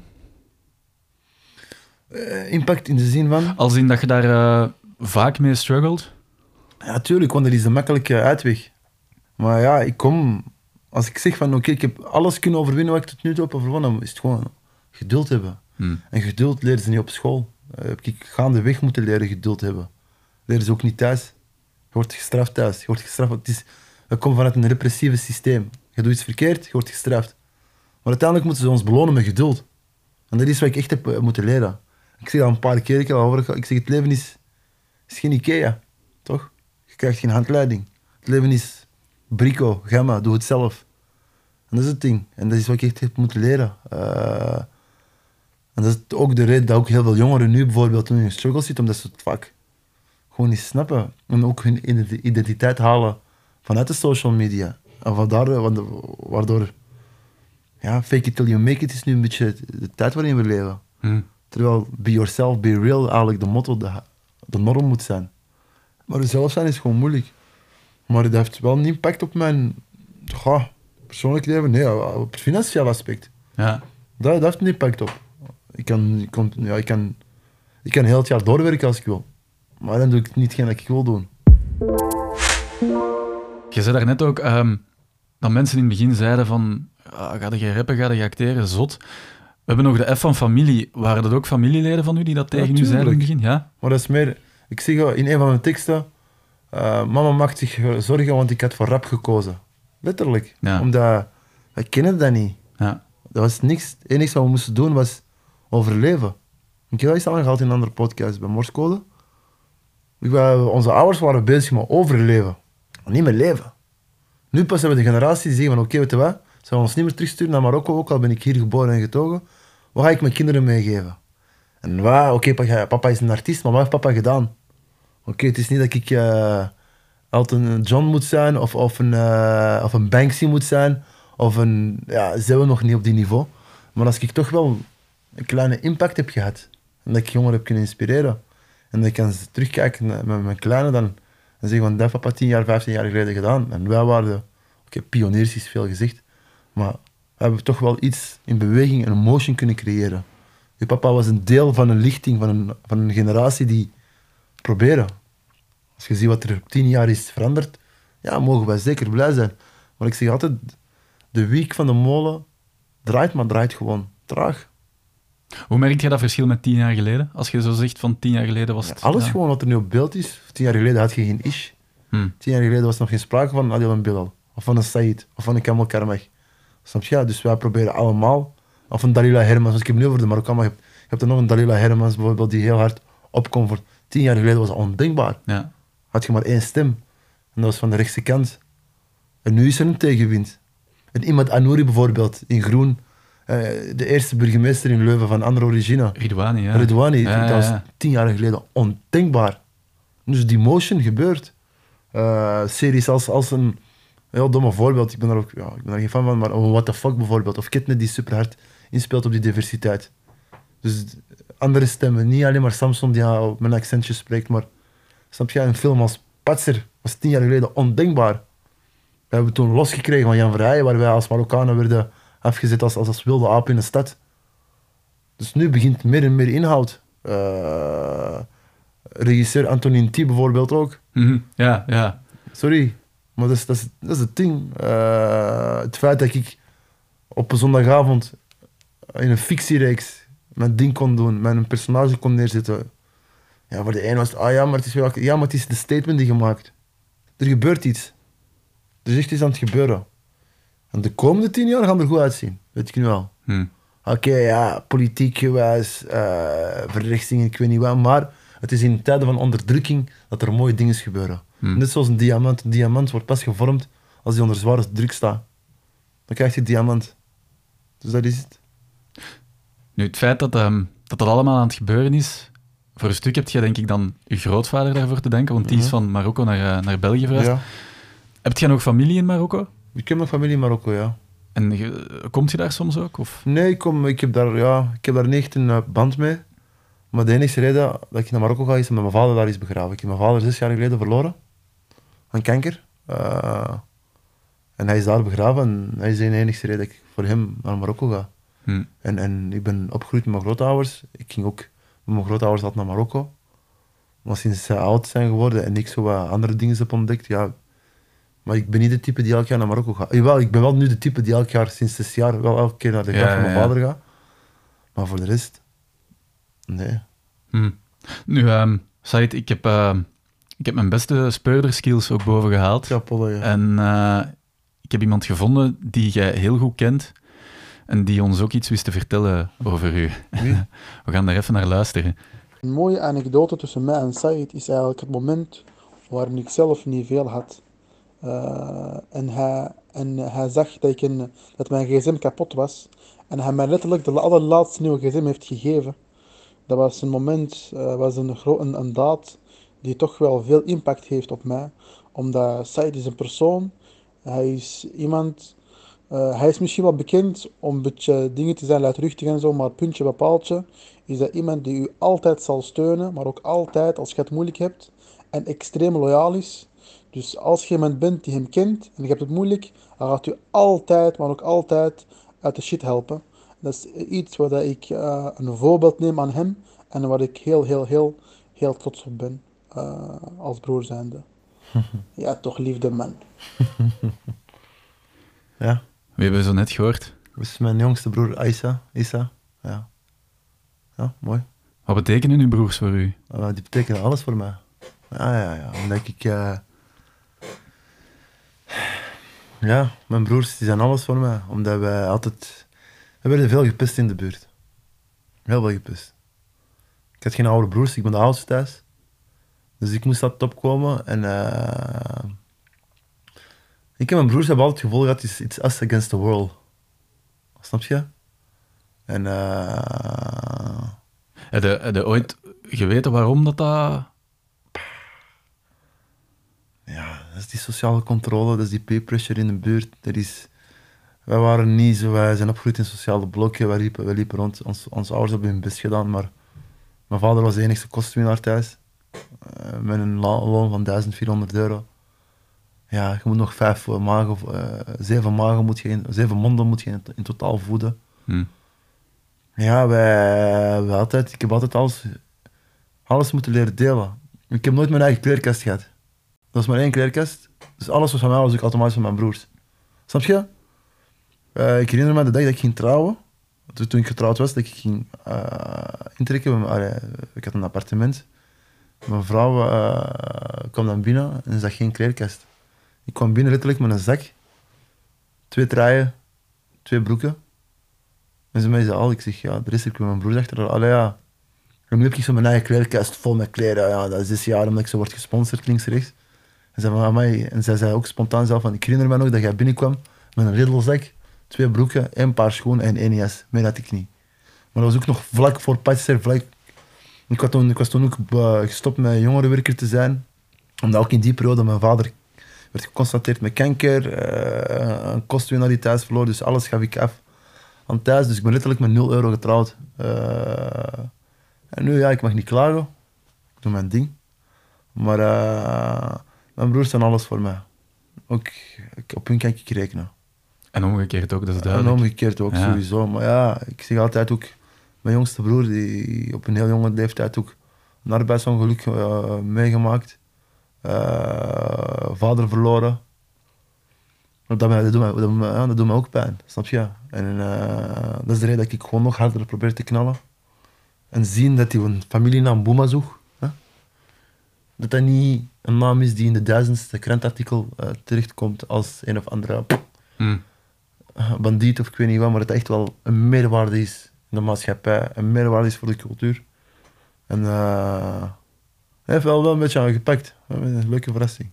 Uh, impact in de zin van? Als in dat je daar uh, vaak mee struggelt? Ja, tuurlijk, want dat is de makkelijke uitweg. Maar ja, ik kom... Als ik zeg van, oké, okay, ik heb alles kunnen overwinnen wat ik tot nu toe heb overwonnen, dan is het gewoon geduld hebben. Hmm. En geduld leren ze niet op school. Uh, heb ik gaandeweg moeten leren geduld hebben. Leren ze ook niet thuis. Je wordt gestraft thuis. Je wordt gestraft. Het is, dat komt vanuit een repressieve systeem. Je doet iets verkeerd, je wordt gestraft. Maar uiteindelijk moeten ze ons belonen met geduld. En dat is wat ik echt heb uh, moeten leren. Ik zeg dat een paar keer, ik, al ik zeg, het leven is, is geen Ikea, toch? Je krijgt geen handleiding. Het leven is brico, gamma, doe het zelf. En dat is het ding. En dat is wat ik echt heb moeten leren. Uh, en dat is ook de reden dat ook heel veel jongeren nu bijvoorbeeld in een struggle zitten, omdat ze het vaak gewoon niet snappen. En ook hun identiteit halen vanuit de social media. En vandaar, waardoor, ja, fake it till you make it is nu een beetje de tijd waarin we leven. Hmm. Terwijl be yourself, be real eigenlijk de motto, de, de norm moet zijn. Maar zelf zijn is gewoon moeilijk. Maar dat heeft wel een impact op mijn ja, persoonlijk leven. Nee, op het financiële aspect. Ja. Dat, dat heeft een impact op. Ik kan, ik, kan, ja, ik, kan, ik kan heel het jaar doorwerken als ik wil. Maar dan doe ik niet wat ik wil doen. Je zei daarnet ook um, dat mensen in het begin zeiden van ah, ga je rappen, ga je acteren, zot. We hebben nog de F van familie. Waren dat ook familieleden van u die dat tegen ja, u zeiden in het begin? Ja? Maar dat is meer... Ik zeg in een van mijn teksten... Uh, mama maakt zich zorgen, want ik had voor rap gekozen. Letterlijk. Ja. Omdat... Wij kennen dat niet. Ja. Dat was niks. Het enige wat we moesten doen was overleven. Ik heb dat eens aangehaald in een andere podcast bij Morsecode. Onze ouders waren bezig met overleven. Niet meer leven. Nu pas hebben we de generatie die zeggen van oké, okay, weet je wat? Ze gaan ons niet meer terugsturen naar Marokko, ook al ben ik hier geboren en getogen. Wat ga ik mijn kinderen meegeven? En wat? Oké, okay, papa is een artiest, maar wat heeft papa gedaan? Oké, okay, het is niet dat ik uh, Elton John moet zijn, of, of, een, uh, of een Banksy moet zijn, of een... Ja, zijn we nog niet op die niveau. Maar als ik toch wel een kleine impact heb gehad. En dat ik jongeren heb kunnen inspireren. En dat ik kan terugkijken naar met mijn kleine dan, en zeggen van, dat heeft papa tien jaar, vijftien jaar geleden gedaan. En wij waren, oké, okay, pioniers is veel gezegd, maar we hebben toch wel iets in beweging, een motion kunnen creëren. Je papa was een deel van een lichting, van een, van een generatie die proberen. Als je ziet wat er op tien jaar is veranderd, ja, mogen wij zeker blij zijn. Maar ik zeg altijd, de wiek van de molen draait, maar draait gewoon traag. Hoe merk je dat verschil met tien jaar geleden? Als je zo zegt van tien jaar geleden was het... Ja, alles ja. gewoon wat er nu op beeld is. Tien jaar geleden had je geen ish. Hmm. Tien jaar geleden was er nog geen sprake van Adil en Bilal. Of van een Said. Of van een Kamel Karmach. Snap je? Dus wij proberen allemaal... Of een Dalila Hermans. Als ik heb nu over de Marokkaan, maar je hebt, je hebt er nog een Dalila Hermans bijvoorbeeld die heel hard opkomt. Voor tien jaar geleden was dat ondenkbaar. Ja. Had je maar één stem. En dat was van de rechtse kant. En nu is er een tegenwind. En Imad Anouri bijvoorbeeld, in groen. Uh, de eerste burgemeester in Leuven van andere origine. Ridwani, ja. Ridwani, Ja, dat was ja. tien jaar geleden ondenkbaar. Dus die motion gebeurt. Uh, series als, als een heel domme voorbeeld, ik ben daar ook ja, ik ben daar geen fan van, maar een What the Fuck bijvoorbeeld, of Kidnet die super hard inspeelt op die diversiteit. Dus andere stemmen, niet alleen maar Samson die op mijn accentje spreekt, maar snap je, een film als Patser was tien jaar geleden ondenkbaar. We hebben toen losgekregen van Jan Verheijen, waar wij als Marokkanen werden afgezet als, als, als wilde aap in de stad. Dus nu begint meer en meer inhoud. Uh, regisseur Antonin T bijvoorbeeld ook. Mm-hmm. Ja, ja. Sorry, maar dat is, dat is, dat is het ding. Uh, het feit dat ik op een zondagavond in een fictiereeks mijn ding kon doen, mijn personage kon neerzetten. Ja, voor de een was het, ah ja, maar het is, wel, ja, maar het is de statement die je maakt. Er gebeurt iets. Er is echt iets aan het gebeuren. En de komende tien jaar gaan er goed uitzien. Weet ik nu wel. Hmm. Oké, okay, ja, politiek gewijs, uh, verrechtsingen, ik weet niet wat, maar het is in tijden van onderdrukking dat er mooie dingen gebeuren. Hmm. Net zoals een diamant. Een diamant wordt pas gevormd als die onder zware druk staat. Dan krijg je diamant. Dus dat is het. Nu, het feit dat, um, dat dat allemaal aan het gebeuren is, voor een stuk heb je denk ik dan je grootvader daarvoor te denken, want die mm-hmm. is van Marokko naar, uh, naar België verhuisd. Ja. Heb je nog familie in Marokko? Ik heb nog familie in Marokko, ja. En je, komt je daar soms ook? Of? Nee, ik, kom, ik, heb daar, ja, ik heb daar niet echt een uh, band mee. Maar de enige reden dat ik naar Marokko ga, is omdat mijn vader daar is begraven. Ik heb mijn vader zes jaar geleden verloren. Aan kanker. Uh, en hij is daar begraven. En hij is de enige reden dat ik voor hem naar Marokko ga. Hmm. En, en ik ben opgegroeid met mijn grootouders. Ik ging ook met mijn grootouders altijd naar Marokko. Maar sinds zij oud zijn geworden en ik zo wat andere dingen heb ontdekt, ja... Maar ik ben niet de type die elk jaar naar Marokko gaat. Jawel, ik ben wel nu de type die elk jaar, sinds zes jaar, wel elke keer naar de graf ja, van mijn ja. vader gaat. Maar voor de rest... Nee. Hmm. Nu, um, Said, ik heb, uh, ik heb mijn beste speurderskills ook boven gehaald. Ja, Polle, ja. En uh, ik heb iemand gevonden die jij heel goed kent en die ons ook iets wist te vertellen over u. Wie? We gaan daar even naar luisteren. Een mooie anekdote tussen mij en Said is eigenlijk het moment waarin ik zelf niet veel had. Uh, en, hij, en hij zag dat, ik een, dat mijn gsm kapot was. En hij mij letterlijk de allerlaatste nieuwe gsm heeft gegeven. Dat was een moment, uh, was een, gro- een, een daad die toch wel veel impact heeft op mij. Omdat Said is een persoon, hij is iemand, uh, hij is misschien wel bekend om een beetje dingen te zijn luidruchtig en zo, maar puntje bij paaltje is dat iemand die u altijd zal steunen, maar ook altijd als je het moeilijk hebt en extreem loyaal is. Dus als je iemand bent die hem kent en je hebt het moeilijk, dan gaat u altijd, maar ook altijd uit de shit helpen. Dat is iets waar ik uh, een voorbeeld neem aan hem en waar ik heel, heel, heel, heel trots op ben uh, als broer zijnde. Ja, toch liefde, man. Ja. We hebben zo net gehoord. Dat is mijn jongste broer, Aisa. Isa. Ja. Ja, mooi. Wat betekenen uw broers voor u? Uh, die betekenen alles voor mij. Ja, ja, ja. Omdat ik... Uh... Ja, mijn broers die zijn alles voor mij. Omdat wij altijd... We werden veel gepest in de buurt. Heel veel gepest. Ik had geen oude broers, ik ben de oudste thuis. Dus ik moest dat opkomen. En uh... ik en mijn broers hebben altijd het gevoel gehad, it's, it's us against the world. Snap je? En... Uh... Heb je, heb je ooit geweten waarom dat dat... Ja, dat is die sociale controle, dat is die peer pressure in de buurt. Dat is... wij waren niet zo, wij zijn opgegroeid in sociale blokken, wij liepen, wij liepen rond, ons, onze ouders hebben hun best gedaan, maar mijn vader was de enigste kostwinnaar thuis, uh, met een loon van duizend vierhonderd euro. Ja, je moet nog vijf uh, magen, uh, zeven magen moet je, in, zeven monden moet je in, in totaal voeden. Hmm. Ja, wij, wij altijd, ik heb altijd alles, alles moeten leren delen. Ik heb nooit mijn eigen kleerkast gehad. Dat was maar één kleerkast, dus alles was van mij was ook automatisch van mijn broers. Snap je? Uh, ik herinner me de dag dat ik ging trouwen, toen ik getrouwd was, dat ik ging uh, intrekken. Uh, ik had een appartement. Mijn vrouw uh, kwam dan binnen en zag geen kleerkast. Ik kwam binnen letterlijk met een zak, twee truien, twee broeken. En ze mij zei al, ik zeg, ja, de rest heb ik met mijn broers achter. Allee ja, en nu heb ik zo mijn eigen kleerkast vol met kleren. Ja, dat is zes jaar omdat ik zo word gesponsord, links rechts. En, zei, amai, en zij zei ook spontaan zelf van, ik herinner me nog dat jij binnenkwam met een riddelzak, twee broeken, één paar schoenen en één jas. Meer had ik niet. Maar dat was ook nog vlak voor Patser, vlak. Ik was toen, ik was toen ook uh, gestopt met jongerenwerker te zijn, omdat ook in die periode mijn vader werd geconstateerd met kanker, uh, een kostwinnaar die thuis verloor, dus alles gaf ik af aan thuis. Dus ik ben letterlijk met nul euro getrouwd. Uh, en nu, ja, ik mag niet klagen. Ik doe mijn ding. Maar uh, mijn broers zijn alles voor mij. Ook, op hun kan ik rekenen. En omgekeerd ook, dat is duidelijk. En omgekeerd ook, ja. Sowieso. Maar ja, ik zeg altijd ook, mijn jongste broer, die op een heel jonge leeftijd ook een arbeidsongeluk uh, meegemaakt. Uh, vader verloren. Dat, dat, doet me, dat, ja, dat doet me ook pijn, snap je? En uh, dat is de reden dat ik gewoon nog harder probeer te knallen. En zien dat die een familienaam Boemazoeg, hè? Dat dat niet een naam is die in de duizendste krantartikel uh, terechtkomt als een of andere mm. bandiet of ik weet niet wat, maar dat het echt wel een meerwaarde is in de maatschappij, een meerwaarde is voor de cultuur. En uh, hij heeft wel, wel een beetje aangepakt. Een leuke verrassing.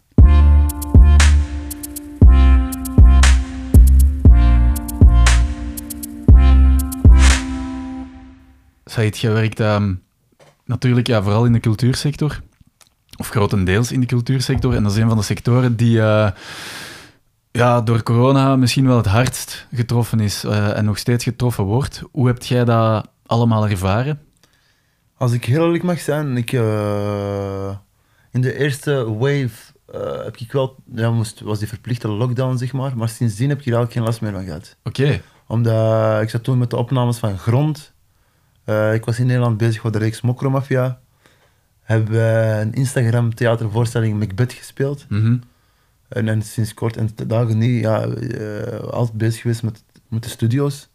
Saïd, je werkt um, natuurlijk ja, vooral in de cultuursector, of grotendeels in de cultuursector, en dat is een van de sectoren die uh, ja, door corona misschien wel het hardst getroffen is uh, en nog steeds getroffen wordt. Hoe heb jij dat allemaal ervaren? Als ik heel eerlijk mag zijn, ik, uh, in de eerste wave uh, heb ik wel, ja, moest, was die verplichte lockdown, zeg maar, maar sindsdien heb ik hier eigenlijk geen last meer van gehad. Oké. Okay. Omdat ik zat toen met de opnames van Grond. Uh, ik was in Nederland bezig met de reeks Mokromafia. Hebben we een Instagram theatervoorstelling Macbeth gespeeld. Mm-hmm. En, en sinds kort en dagen niet, ja, uh, altijd bezig geweest met, met de studio's.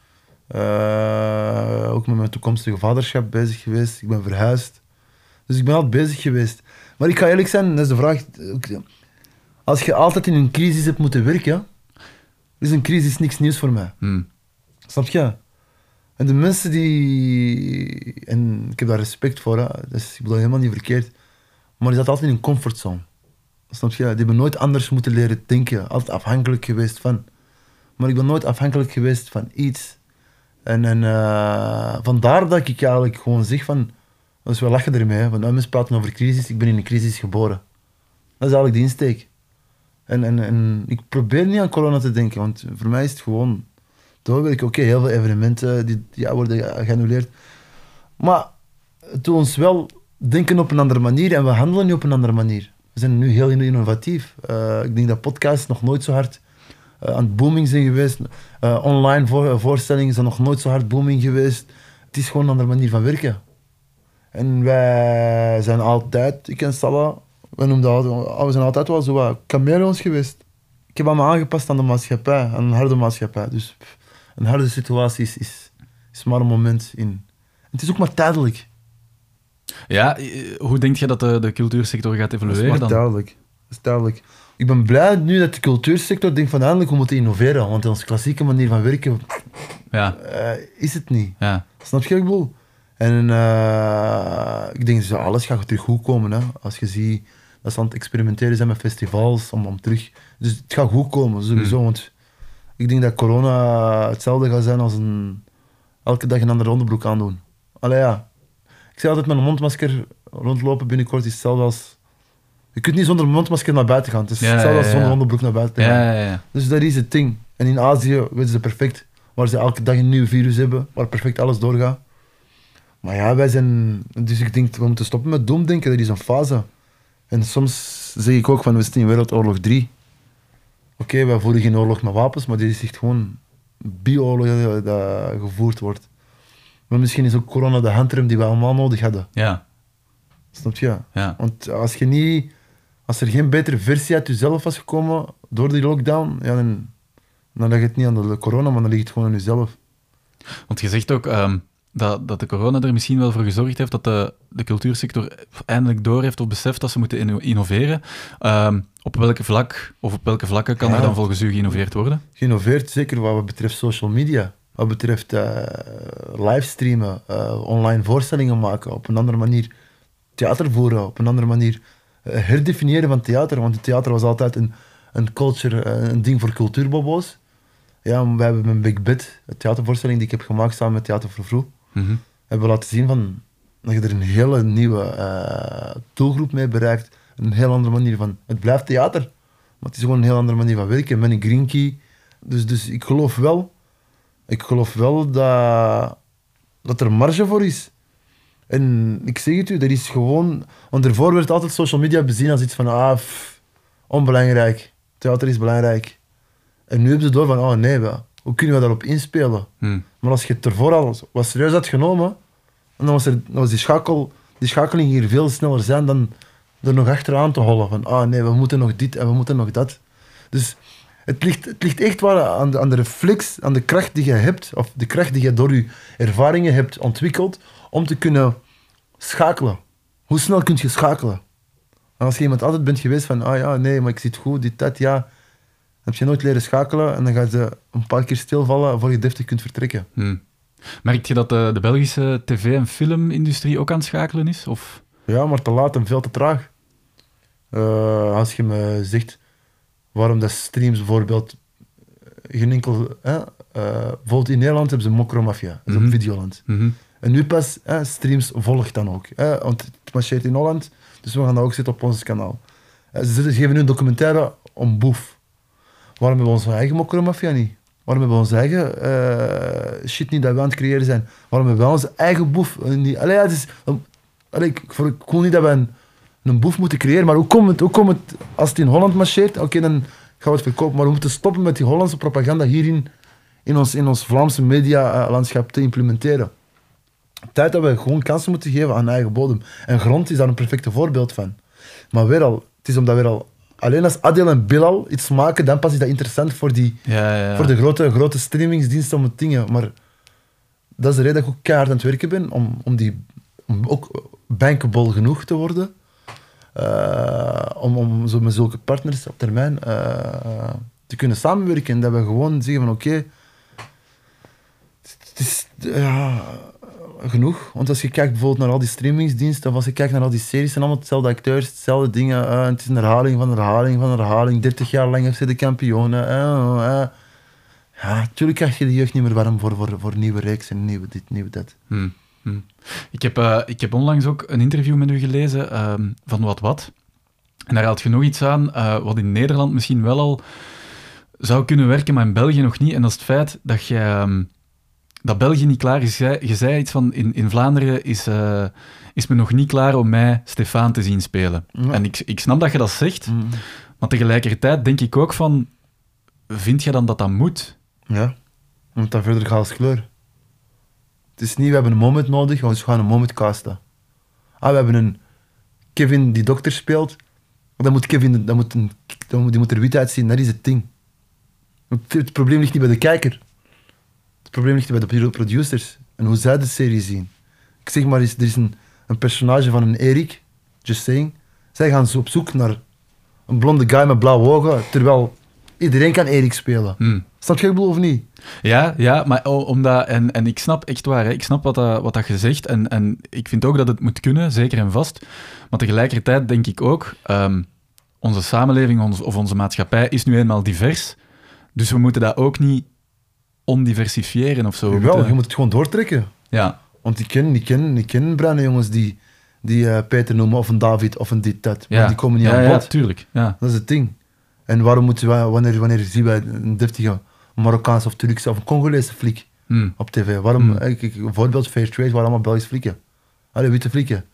Uh, ook met mijn toekomstige vaderschap bezig geweest. Ik ben verhuisd. Dus ik ben altijd bezig geweest. Maar ik ga eerlijk zijn, dat is de vraag. Als je altijd in een crisis hebt moeten werken, is een crisis niks nieuws voor mij. Mm. Snap je? En de mensen die... En ik heb daar respect voor, hè. Dus ik bedoel helemaal niet verkeerd. Maar die zaten altijd in een comfortzone. Snap je? Die hebben nooit anders moeten leren denken. Altijd afhankelijk geweest van. Maar ik ben nooit afhankelijk geweest van iets. En, en uh, vandaar dat ik eigenlijk gewoon zeg van... Dus we lachen ermee, hè. Van, nou, mensen praten over crisis. Ik ben in een crisis geboren. Dat is eigenlijk de insteek. En, en, en ik probeer niet aan corona te denken, want voor mij is het gewoon... Oké, okay, heel veel evenementen die, die ja, worden geannuleerd. Maar het doet ons wel denken op een andere manier en we handelen nu op een andere manier. We zijn nu heel innovatief. Uh, ik denk dat podcasts nog nooit zo hard uh, aan het booming zijn geweest. Uh, online voor, voorstellingen zijn nog nooit zo hard booming geweest. Het is gewoon een andere manier van werken. En wij zijn altijd, ik en Salah, we noemden altijd, we zijn altijd wel zo wat chameleons geweest. Ik heb me aangepast aan de maatschappij, aan een harde maatschappij. Dus pff, een harde situatie is, is, is maar een moment in. En het is ook maar tijdelijk. Ja, hoe denk je dat de, de cultuursector gaat evolueren dan? Dat is maar tijdelijk. Dat is tijdelijk. Ik ben blij nu dat de cultuursector denkt van eindelijk we moeten innoveren, want onze klassieke manier van werken ja. uh, is het niet. Ja. Snap je wat ik bedoel? En uh, ik denk dat alles gaat terug goed komen. Hè? Als je ziet dat ze aan het experimenteren zijn met festivals, om, om terug... Dus het gaat goed komen, sowieso. Hmm. Want ik denk dat corona hetzelfde gaat zijn als een... elke dag een andere onderbroek aandoen. Allee ja. Ik zeg altijd met een mondmasker rondlopen binnenkort is hetzelfde als... Je kunt niet zonder mondmasker naar buiten gaan. Het is ja, hetzelfde ja, als ja. zonder onderbroek naar buiten gaan. Ja, ja, ja. Dus dat is het ding. En En in Azië weten ze perfect, waar ze elke dag een nieuw virus hebben, waar perfect alles doorgaat. Maar ja, wij zijn... Dus ik denk, we moeten stoppen met doemdenken, dat is een fase. En soms zeg ik ook van, we zitten in Wereldoorlog drie. Oké, okay, wij voeren geen oorlog met wapens, maar dit is echt gewoon bio-oorlog dat gevoerd wordt. Maar misschien is ook corona de handrem die we allemaal nodig hadden. Ja. Snap je? Ja. Want als je niet... Als er geen betere versie uit jezelf was gekomen door die lockdown, ja, dan, dan ligt het niet aan de corona, maar dan ligt het gewoon aan jezelf. Want je zegt ook um, dat, dat de corona er misschien wel voor gezorgd heeft dat de, de cultuursector eindelijk door heeft of beseft dat ze moeten inno- innoveren. Um, op welke vlak of op welke vlakken kan Ja. er dan volgens u geïnnoveerd worden? Geïnnoveerd, zeker wat betreft social media. Wat betreft uh, livestreamen, uh, online voorstellingen maken, op een andere manier theater voeren, op een andere manier uh, herdefiniëren van theater. Want het theater was altijd een, een culture, uh, een ding voor cultuurbobo's. Ja, wij hebben een Big Bit, een theatervoorstelling die ik heb gemaakt samen met Theater voor Vroeg, Mm-hmm. hebben we laten zien van, dat je er een hele nieuwe uh, doelgroep mee bereikt. Een heel andere manier van... Het blijft theater, maar het is gewoon een heel andere manier van werken. Met een green key. Dus, dus ik geloof wel... Ik geloof wel dat, dat er marge voor is. En ik zeg het u, er is gewoon... Want ervoor werd altijd social media bezien als iets van... Ah, pff, onbelangrijk. Theater is belangrijk. En nu hebben ze door van... Oh nee, wel, hoe kunnen we daarop inspelen? Mm. Maar als je het ervoor al wat serieus had genomen... Dan was, er, dan was die, schakel, die schakeling hier veel sneller zijn dan er nog achteraan te hollen. Van, ah nee, we moeten nog dit en we moeten nog dat. Dus het ligt, het ligt echt wel aan de, aan de reflex, aan de kracht die je hebt, of de kracht die je door je ervaringen hebt ontwikkeld, om te kunnen schakelen. Hoe snel kun je schakelen? En als je iemand altijd bent geweest van, ah ja, nee, maar ik zit goed, dit, dat, ja, dan heb je nooit leren schakelen en dan gaat ze een paar keer stilvallen voor je deftig kunt vertrekken. Mm. Merk je dat de, de Belgische tv- en filmindustrie ook aan het schakelen is? Of? Ja, maar te laat en veel te traag. Uh, als je me zegt waarom dat streams bijvoorbeeld geen enkel... Hè, uh, bijvoorbeeld in Nederland hebben ze Mokromafia, dat is Mm-hmm. op Videoland. Mm-hmm. En nu pas, hè, streams volgt dan ook. Hè, want het marcheert in Holland, dus we gaan dat ook zetten op ons kanaal. Uh, ze zetten- geven nu een documentaire om Boef. Waarom hebben we onze eigen Mokromafia niet? Waarom hebben we onze eigen uh, shit niet dat we aan het creëren zijn? Waarom hebben we onze eigen Boef uh, niet? Allee, ja, het is, um, allee, ik, voor, ik voel niet dat we een, een Boef moeten creëren, maar hoe komt het, hoe komt het als het in Holland marcheert? Oké, okay, dan gaan we het verkopen, maar we moeten stoppen met die Hollandse propaganda hierin in ons, in ons Vlaamse medialandschap te implementeren. Tijd dat we gewoon kansen moeten geven aan eigen bodem. En grond is daar een perfecte voorbeeld van. Maar weer al, het is omdat weer al... Alleen als Adel en Bilal iets maken, dan pas is dat interessant voor, die, Ja, ja, ja. voor de grote, grote streamingsdiensten om het dingen. Maar dat is de reden dat ik ook keihard aan het werken ben, om, om, die, om ook bankable genoeg te worden. Uh, om om zo met zulke partners op termijn uh, te kunnen samenwerken. En dat we gewoon zeggen van oké, okay, het is ja, genoeg. Want als je kijkt bijvoorbeeld naar al die streamingsdiensten, of als je kijkt naar al die series, zijn allemaal hetzelfde acteurs, hetzelfde dingen. Uh, het is een herhaling van herhaling van herhaling. dertig jaar lang F C de kampioenen. Uh, uh. Ja, natuurlijk krijg je de jeugd niet meer warm voor, voor, voor nieuwe reeksen, nieuwe dit, nieuwe dat. Hmm. Hmm. Ik, heb, uh, ik heb onlangs ook een interview met u gelezen uh, van Wat Wat. En daar haalt je nog iets aan uh, wat in Nederland misschien wel al zou kunnen werken, maar in België nog niet. En dat is het feit dat, je, um, dat België niet klaar is. Je, je zei iets van, in, in Vlaanderen is, uh, is men nog niet klaar om mij Stefaan te zien spelen. Ja. En ik, ik snap dat je dat zegt, Mm. maar tegelijkertijd denk ik ook van, vind je dan dat dat moet? Ja, omdat dat verder gaat als kleur. Het is niet, we hebben een moment nodig, we gaan een moment casten. Ah, we hebben een Kevin die dokter speelt, dan moet Kevin, dan moet een, dan moet, die moet er wit uitzien, dat is het ding. Het, het probleem ligt niet bij de kijker. Het probleem ligt bij de producers en hoe zij de serie zien. Ik zeg maar, er is een, een personage van een Erik, just saying. Zij gaan zo op zoek naar een blonde guy met blauwe ogen, terwijl iedereen kan Erik spelen. Hmm. Snap je wat ik bedoel of niet? Ja, ja, maar o- omdat, en, en ik snap echt waar, hè, ik snap wat, dat, wat dat je zegt en, en ik vind ook dat het moet kunnen, zeker en vast. Maar tegelijkertijd denk ik ook, um, onze samenleving ons, of onze maatschappij is nu eenmaal divers, dus we moeten dat ook niet ondiversifiëren of zo. We Jawel, moeten- je moet het gewoon doortrekken. Ja, Want ik ken, ik ken, ik ken bruine jongens die, die uh, Peter noemen, of een David, of een dit, dat. Maar ja. die komen niet ja, aan ja, bod. tuurlijk. Ja. Dat is het ding. En waarom moeten wij, wanneer, wanneer zien wij een deftige een Marokkaanse of Turkse of een Congolese fliek Hmm. op tv. Waarom, Hmm. ik, ik, een voorbeeld, Fair Trade, waren allemaal Belgische flieken. Allee, witte flieken.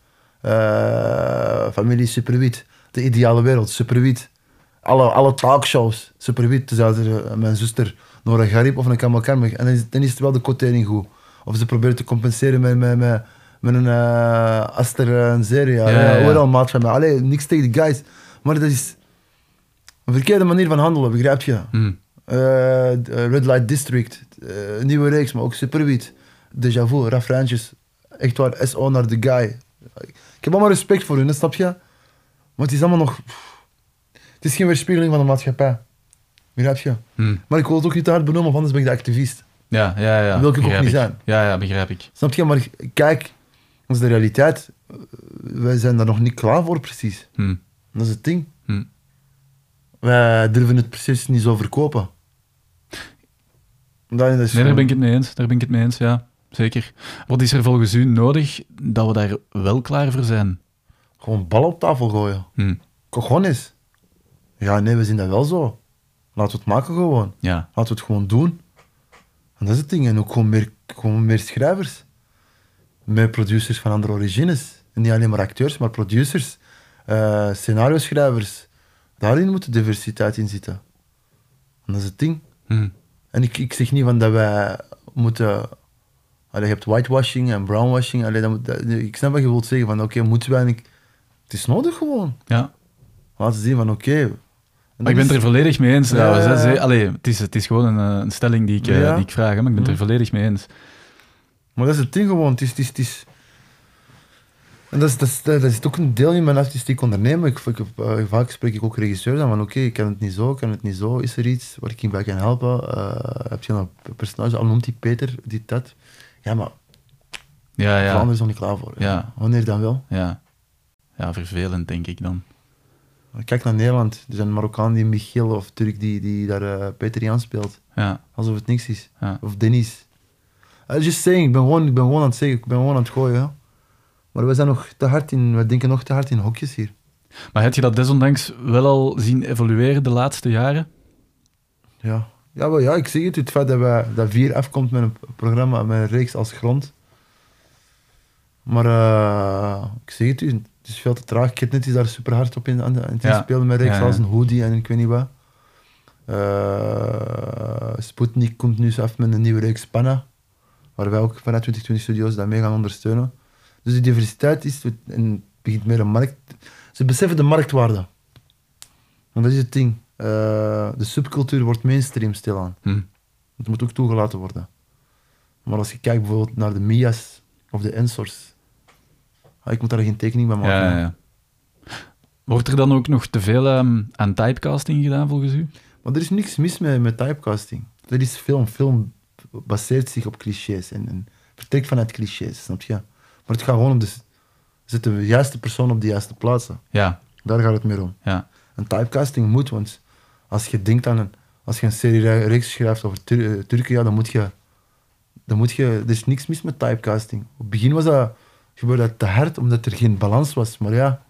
Uh, familie Superwit. De ideale wereld, Superwit. Alle, alle talkshows, Superwit. Dus als er uh, mijn zuster Nora Garib of een Kamal Karmig. En dan is, dan is het wel de quotering goed. Of ze proberen te compenseren met, met, met, met een uh, Aster en Zeria. Ja, ja, ja. Overal maat van mij. Allee, niks tegen die guys. Maar dat is een verkeerde manier van handelen, begrijp je? Hmm. Uh, Red Light District, uh, nieuwe reeks, maar ook Superwit. Déjà vu, refreintjes. Echt waar, S O naar de guy. Ik heb allemaal respect voor hun, snap je? Maar het is allemaal nog... Het is geen weerspiegeling van de maatschappij. Begrijp je? Hmm. Maar ik wil het ook niet te hard benoemen, of anders ben ik de activist. Ja, ja, ja. Dat wil ik ook begrijp niet ik. zijn. Ja, ja, begrijp ik. Snap je? Maar kijk, dat is de realiteit. Wij zijn daar nog niet klaar voor, precies. Hmm. Dat is het ding. Hmm. Wij durven het precies niet zo verkopen. Dat, dat is Nee, gewoon- daar ben ik het mee eens. Daar ben ik het mee eens, ja. Zeker. Wat is er volgens u nodig dat we daar wel klaar voor zijn? Gewoon bal op tafel gooien. Hmm. Cojones. Ja, nee, we zien dat wel zo. Laten we het maken gewoon. Ja. Laten we het gewoon doen. En dat is het ding. En ook gewoon meer, gewoon meer schrijvers. Meer producers van andere origines. En niet alleen maar acteurs, maar producers. eh scenario-schrijvers. Daarin moet de diversiteit in zitten. En dat is het ding. Hmm. En ik, ik zeg niet van dat wij moeten... Allee, je hebt whitewashing en brownwashing. Allee, dat moet, dat- ik snap wat je wilt zeggen. Van oké, moeten wij niet... Het is nodig gewoon. Ja. Laten ze zien van oké... En Maar ik ben dat het is- er volledig mee eens. Ja, trouwens, hè. ja, ja. Ze- Allee, het, is, het is gewoon een, eh, een stelling die ik, eh, Ja. die ik vraag, hè, maar ik ben het er Mhm. volledig mee eens. Maar dat is het ding gewoon. Het is, het is, het is... En dat is, dat, is, dat is ook een deel in mijn artistiek ondernemen. Ik, ik, uh, vaak spreek ik ook regisseurs aan van oké, ik kan het niet zo, kan het niet zo. Is er iets waar ik je bij kan helpen? Uh, heb je een personage, al noemt hij Peter, dit, dat. Ja, maar Ja, ja. Vlaanderen is nog niet klaar voor. Ja. Wanneer dan wel? Ja. Ja, vervelend, denk ik dan. Kijk naar Nederland. Er zijn een Marokkaan die Michiel of Turk die, die daar uh, Peter Jan speelt. Ja. Alsof het niks is. Ja. Of Denise. Uh, just saying, ik ben, gewoon, ik ben gewoon aan het zeggen, ik ben gewoon aan het gooien. Ja. Maar we zijn nog te hard in, we denken nog te hard in hokjes hier. Maar heb je dat desondanks wel al zien evolueren de laatste jaren? Ja, ja, wel, ja ik zeg het, het feit dat, wij, dat Vier afkomt met een programma, met een reeks als grond. Maar uh, ik zeg het u, het is veel te traag. Kidnet is daar super hard op in, aan de- aan het Ja. spelen met reeks Ja, ja. als een Hoodie en ik weet niet wat. Uh, Sputnik komt nu eens af met een nieuwe reeks Panna, waar wij ook vanuit twintig twintig Studios dat mee gaan ondersteunen. Dus die diversiteit is, en het begint meer een markt... Ze beseffen de marktwaarde. Want dat is het ding. Uh, de subcultuur wordt mainstream stilaan. Hm. Het moet ook toegelaten worden. Maar als je kijkt bijvoorbeeld naar de Mia's of de Ensors, ah, ik moet daar geen tekening bij maken. Ja, ja, ja. Wordt er dan ook nog te veel um, aan typecasting gedaan, volgens u? Maar er is niks mis met, met typecasting. Er is film. Film baseert zich op clichés en, en vertrekt vanuit clichés, snap je? Maar het gaat gewoon om de... Zet de juiste persoon op de juiste plaatsen. Ja, Daar gaat het meer om. ja. En typecasting moet, want als je denkt aan een... Als je een serie re- reeks schrijft over Tur- uh, Turken, ja, dan moet je... Dan moet je... Er is niks mis met typecasting. Op het begin was dat... Gebeurde dat te hard, omdat er geen balans was. Maar ja...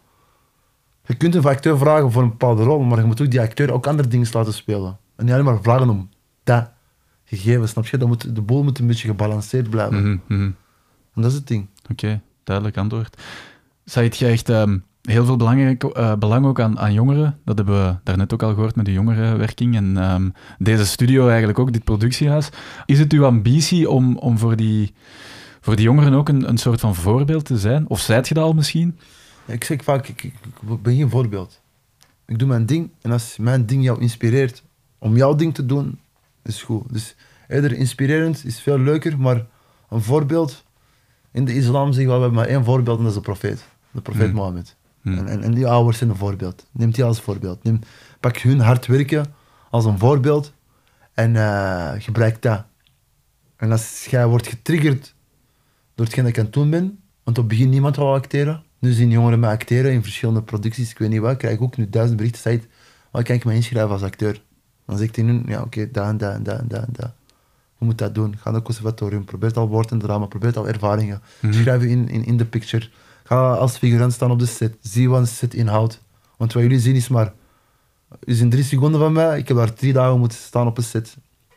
Je kunt een acteur vragen voor een bepaalde rol, maar je moet ook die acteur ook andere dingen laten spelen. En niet alleen maar vragen om dat gegeven, snap je? Dat moet, de boel moet een beetje gebalanceerd blijven. Mhm, mhm. En dat is het ding. Oké, duidelijk antwoord. Zag je echt um, heel veel belangrijk, uh, belang ook aan, aan jongeren? Dat hebben we daarnet ook al gehoord met de jongerenwerking. En um, deze studio eigenlijk ook, dit productiehuis. Is het uw ambitie om, om voor, die, voor die jongeren ook een, een soort van voorbeeld te zijn? Of zijt je dat al misschien? Ja, ik zeg vaak, ik, ik, ik ben geen voorbeeld. Ik doe mijn ding en als mijn ding jou inspireert om jouw ding te doen, is goed. Dus eerder inspirerend is veel leuker, maar een voorbeeld... In de islam zeggen we, we hebben maar één voorbeeld en dat is de profeet. De profeet Hmm. Mohammed. Hmm. En, en, en die ouders zijn een voorbeeld. Neem die als voorbeeld. Neem, pak hun hard werken als een voorbeeld en uh, gebruik dat. En als jij wordt getriggerd door hetgeen dat ik aan het doen ben, want op het begin niemand wou acteren, nu zien jongeren mij acteren in verschillende producties, ik weet niet wat, krijg ik ook nu duizend berichten, zei waar kan ik me inschrijven als acteur? Dan zeg ik tegen hun, ja oké, okay, dat en dat en dat en dat en dat. Hoe moet dat doen? Ga naar het conservatorium, probeer al woord en drama, probeer al ervaringen. Mhm. Schrijf je in, in, in de picture. Ga als figurant staan op de set. Zie wat een set inhoudt. Want wat jullie zien is maar... Is in drie seconden van mij. Ik heb daar drie dagen moeten staan op een set.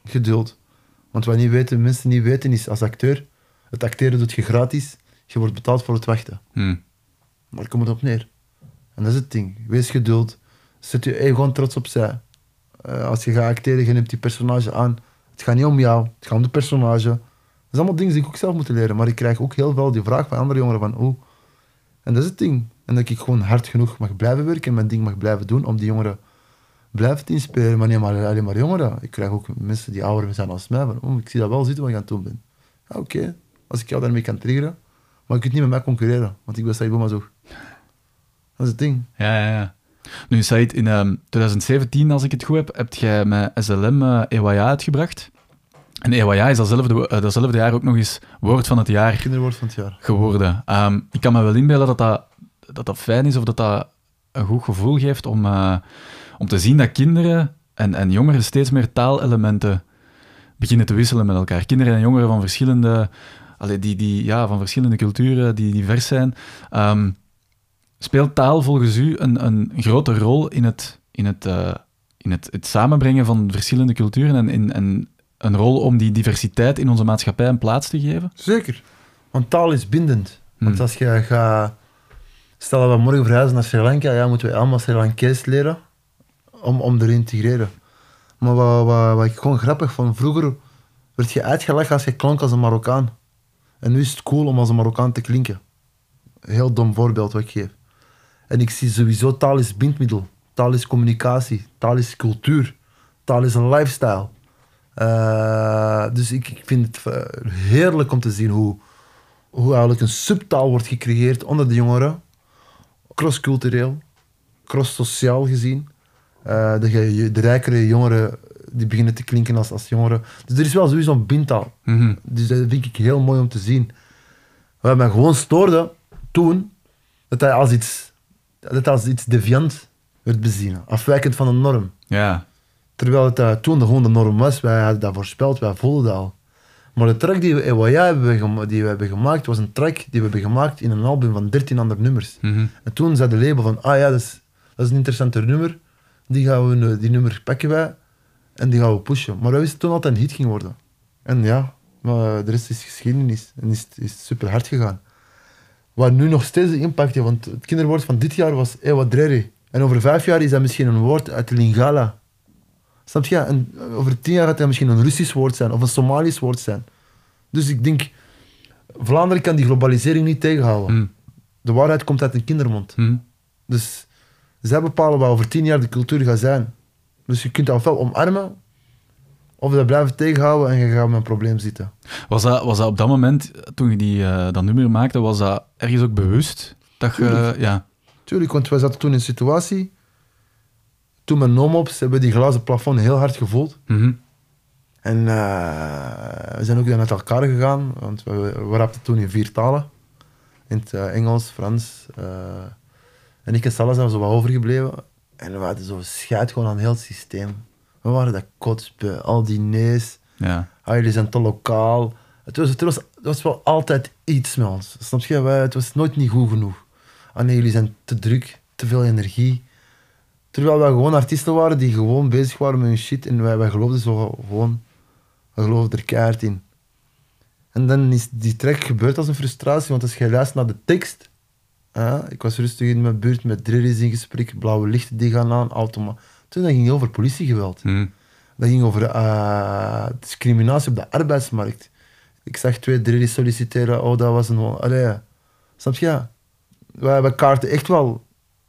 Geduld. Want wat niet weten, mensen niet weten is, als acteur, het acteren doet je gratis, je wordt betaald voor het wachten. Hmm. Maar ik kom het op neer. En dat is het ding. Wees geduld. Zet je ego trots opzij. Uh, als je gaat acteren, je neemt die personage aan. Het gaat niet om jou, het gaat om de personage. Dat zijn allemaal dingen die ik ook zelf moet leren. Maar ik krijg ook heel veel die vraag van andere jongeren van hoe. En dat is het ding. En dat ik gewoon hard genoeg mag blijven werken en mijn ding mag blijven doen om die jongeren blijven te inspireren. Maar niet maar, alleen maar jongeren. Ik krijg ook mensen die ouder zijn als mij. Van, oh, ik zie dat wel zitten wat ik aan het doen ben. Ja, oké. Okay. Als ik jou daarmee kan triggeren. Maar je kunt niet met mij concurreren. Want ik ben Saïd Boumazough. Dat is het ding. Ja, ja, ja. Nu, Saïd, in um, twintig zeventien, als ik het goed heb, heb jij met S L M uh, E Y A uitgebracht. En E Y A is datzelfde, uh, datzelfde jaar ook nog eens woord van het jaar, kinderwoord van het jaar geworden. Um, ik kan me wel inbeelden dat dat, dat dat fijn is of dat dat een goed gevoel geeft om, uh, om te zien dat kinderen en, en jongeren steeds meer taalelementen beginnen te wisselen met elkaar. Kinderen en jongeren van verschillende, allee, die, die, ja, van verschillende culturen, die divers zijn. Um, speelt taal volgens u een, een grote rol in het, in het, uh, in het, het samenbrengen van verschillende culturen en, in, en een rol om die diversiteit in onze maatschappij een plaats te geven? Zeker. Want taal is bindend. Hmm. Want als je gaat... Stel dat we morgen verhuizen naar Sri Lanka, ja, moeten we allemaal Sri Lankees leren om, om erin te integreren. Maar wat, wat, wat ik gewoon grappig vond, vroeger werd je uitgelachen als je klonk als een Marokkaan. En nu is het cool om als een Marokkaan te klinken. Een heel dom voorbeeld wat ik geef. En ik zie sowieso, taal is bindmiddel. Taal is communicatie. Taal is cultuur. Taal is een lifestyle. Uh, dus ik, ik vind het uh, heerlijk om te zien hoe, hoe eigenlijk een subtaal wordt gecreëerd onder de jongeren. Cross-cultureel, cross-sociaal gezien. Uh, de, de rijkere jongeren die beginnen te klinken als, als jongeren. Dus er is wel sowieso een bindtaal. Mm-hmm. Dus dat vind ik heel mooi om te zien. Wat mij gewoon stoorde toen, dat hij als iets, dat als iets deviant werd bezien. Afwijkend van de norm. Ja. Terwijl het uh, toen de, gewoon de norm was. Wij hadden dat voorspeld, wij voelden dat al. Maar de track die we, E Y A hebben, gema- die we hebben gemaakt, was een track die we hebben gemaakt in een album van dertien andere nummers. Mm-hmm. En toen zei de label van, ah ja, dat is, dat is een interessanter nummer. Die, gaan we, die nummer pakken wij en die gaan we pushen. Maar wij wisten toen altijd een hit ging worden. En ja, maar de rest is geschiedenis. En is, is super hard gegaan. Waar nu nog steeds de impact heeft, want het kinderwoord van dit jaar was Ewa Dreri. En over vijf jaar is dat misschien een woord uit de Lingala. Snap je? En over tien jaar gaat dat misschien een Russisch woord zijn of een Somalisch woord zijn. Dus ik denk, Vlaanderen kan die globalisering niet tegenhouden. Mm. De waarheid komt uit een kindermond. Mm. Dus zij bepalen wat over tien jaar de cultuur gaat zijn. Dus je kunt dat ofwel omarmen, of dat blijven tegenhouden en je gaat met een probleem zitten. Was dat, was dat op dat moment, toen je die, uh, dat nummer maakte, was dat ergens ook bewust? Dat je, Tuurlijk. ja. Tuurlijk, want wij zaten toen in een situatie, toen met Nomops hebben we die glazen plafond heel hard gevoeld. Mm-hmm. En uh, we zijn ook dan uit elkaar gegaan, want we, we rapten toen in vier talen. In het uh, Engels, Frans. Uh, en ik en Salah zijn zo wat overgebleven. En we hadden zo scheid gewoon aan heel het systeem. We waren dat kotspe, al die nee's. Ja. Ah, jullie zijn te lokaal. Het was, het, was, het was wel altijd iets met ons. Snap je? Wij, het was nooit niet goed genoeg. Ah nee, jullie zijn te druk, te veel energie. Terwijl wij gewoon artiesten waren die gewoon bezig waren met hun shit. En wij, wij geloofden zo gewoon... We geloofden er keihard in. En dan is die track gebeurd als een frustratie, want als je luistert naar de tekst... Uh, ik was rustig in mijn buurt met drillers in gesprek, blauwe lichten die gaan aan, automa. Toen dat ging het over politiegeweld. Mm. Dat ging over uh, discriminatie op de arbeidsmarkt. Ik zag twee drillers solliciteren, oh dat was een... Allee, snap je? Wij, wij kaarten echt wel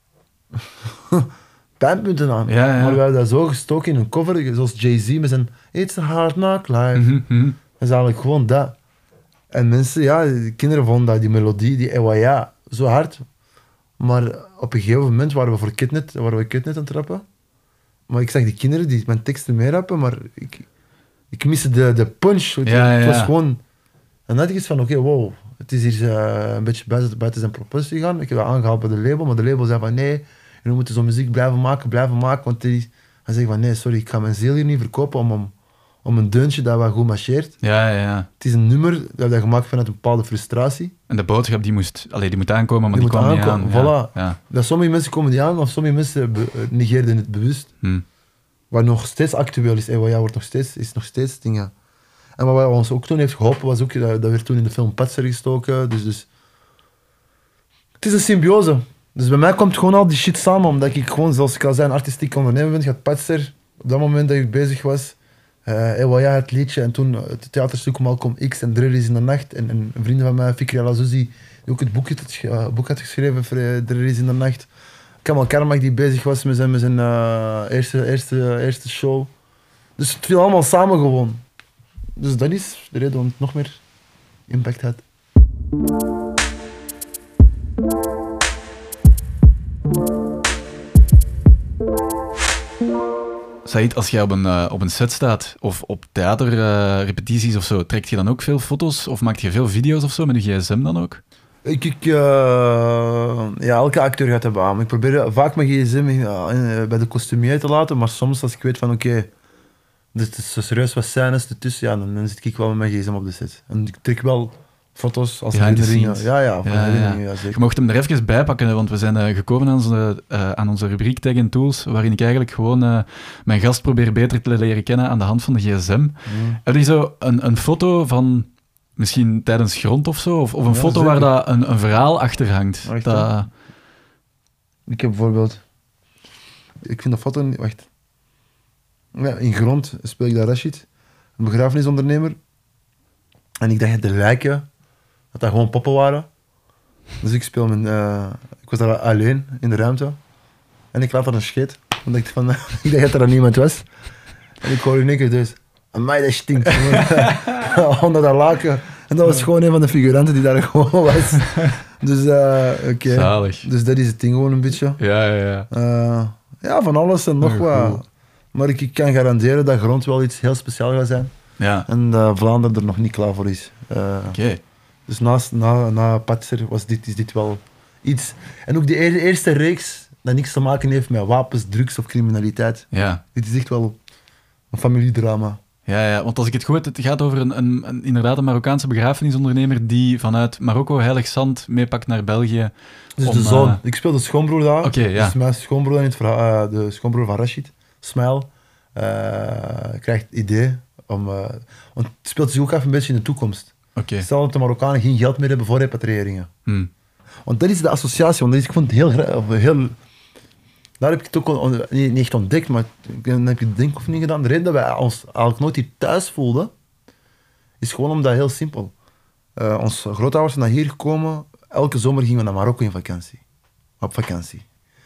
pijnpunten aan. Ja, ja. Maar wij hebben dat zo gestoken in een cover, zoals Jay-Z met zijn It's a hard knock life. Mm-hmm, mm-hmm. Dat is eigenlijk gewoon dat. En mensen, ja, de kinderen vonden dat, die melodie, die E Y A, zo hard. Maar op een gegeven moment waren we voor Kidnet, waren we Kidnet aan het rappen. Maar ik zag die kinderen die mijn teksten meerappen, maar ik, ik miste de, de punch. Het, Ja, het ja. was gewoon... En dan dacht ik eens van, oké, okay, wow, het is hier uh, een beetje buiten, buiten zijn proportie gegaan. Ik heb dat aangehaald bij de label, maar de label zei van, nee, jullie moeten zo'n muziek blijven maken, blijven maken. Want die... Hij zei van, nee, sorry, ik ga mijn ziel hier niet verkopen om, om, om een deuntje dat wat goed marcheert. Ja, ja, ja. Het is een nummer dat we hebben gemaakt vanuit een bepaalde frustratie. En de boodschap die moest, allee, die moet aankomen, maar Die die, moet kwam niet aankomen, aan. voilà. Ja, ja. Dat sommige mensen komen die aan, of sommige mensen be- negeerden het bewust. Hm. wat nog steeds actueel is. En ja, wordt nog steeds, is nog steeds dingen. En wat ons ook toen heeft geholpen, was ook, dat, dat werd toen in de film Patser gestoken. Dus, dus... Het is een symbiose. Dus bij mij komt gewoon al die shit samen, omdat ik gewoon, zoals ik al zei, een artistiek ondernemer ben. Je had Patser, op dat moment dat ik bezig was. Uh, Ewaya, het liedje, en toen het theaterstuk Malcolm X en Driller is in de nacht. En, en een vriend van mij, Fikri Al-Azouzi, die ook het boek had, uh, boek had geschreven voor uh, Driller is in de nacht. Kamal Karmak, die bezig was met zijn, met zijn uh, eerste, eerste, eerste show. Dus het viel allemaal samen gewoon. Dus dat is de reden waarom het nog meer impact had. Saïd, als jij op een, uh, op een set staat of op theaterrepetities uh, of zo, trekt je dan ook veel foto's of maak je veel video's of zo met je gsm dan ook? Ik, ik, uh, ja, elke acteur gaat dat aan. Ik probeer vaak mijn gsm uh, bij de kostumier te laten, maar soms als ik weet van oké, okay, dit is zo serieus wat scènes ertussen, ja, dan, dan zit ik wel met mijn gsm op de set. En ik trek wel foto's als herinneringen. Ja, ja, van ja, herinneringen, ja. Ja, zeker. Je mocht hem er even bij pakken, want we zijn uh, gekomen aan onze, uh, aan onze rubriek Tech and Tools, waarin ik eigenlijk gewoon uh, mijn gast probeer beter te leren kennen aan de hand van de gsm. Mm. Heb je zo een, een foto van misschien tijdens grond of zo? Of, of een ja, foto zeker. Waar dat een, een verhaal achter hangt? Wacht, dat... Ik heb bijvoorbeeld... Ik vind de foto... Wacht. Ja, in grond speel ik daar Rashid, een begrafenisondernemer. En ik dacht de lijken, dat dat gewoon poppen waren. Dus ik speel mijn... Uh, ik was daar alleen in de ruimte. En ik laat daar een scheet. Omdat ik, van, ik dacht dat er niemand was. En ik hoor in één keer dus... Amai, dat stinkt. Onder dat laken. En dat was gewoon een van de figuranten die daar gewoon was. Dus, uh, oké. Okay. Zalig. Dus dat is het ding gewoon een beetje. Ja, ja, ja. Uh, ja, van alles en nog oh, wat. Cool. Maar ik, ik kan garanderen dat grond wel iets heel speciaals gaat zijn. Ja. En dat Vlaanderen er nog niet klaar voor is. Uh, oké. Okay. Dus naast, na, na Patser was dit, is dit wel iets. En ook die eerste reeks dat niks te maken heeft met wapens, drugs of criminaliteit. Ja. Dit is echt wel een familiedrama. Ja, ja, want als ik het goed heb, het gaat over een, een, een, inderdaad een Marokkaanse begrafenisondernemer die vanuit Marokko heilig zand meepakt naar België. Dus om, de zoon. Uh... Ik speel de schoonbroer daar. Oké, okay, ja. Dus mijn schoonbroer in het verhaal, uh, de schoonbroer van Rashid, Smile, uh, krijgt het idee om... Uh, want het speelt zich ook af een beetje in de toekomst. Okay. Stel dat de Marokkanen geen geld meer hebben voor repatriëringen. Hmm. Want dat is de associatie, want dat is, ik vond het heel... heel Daar heb ik het ook on, niet, niet echt ontdekt, maar dan heb ik de denkoefening gedaan. De reden dat wij ons eigenlijk nooit hier thuis voelden, is gewoon omdat heel simpel. Uh, onze grootouders zijn naar hier gekomen. Elke zomer gingen we naar Marokko in vakantie. Op vakantie.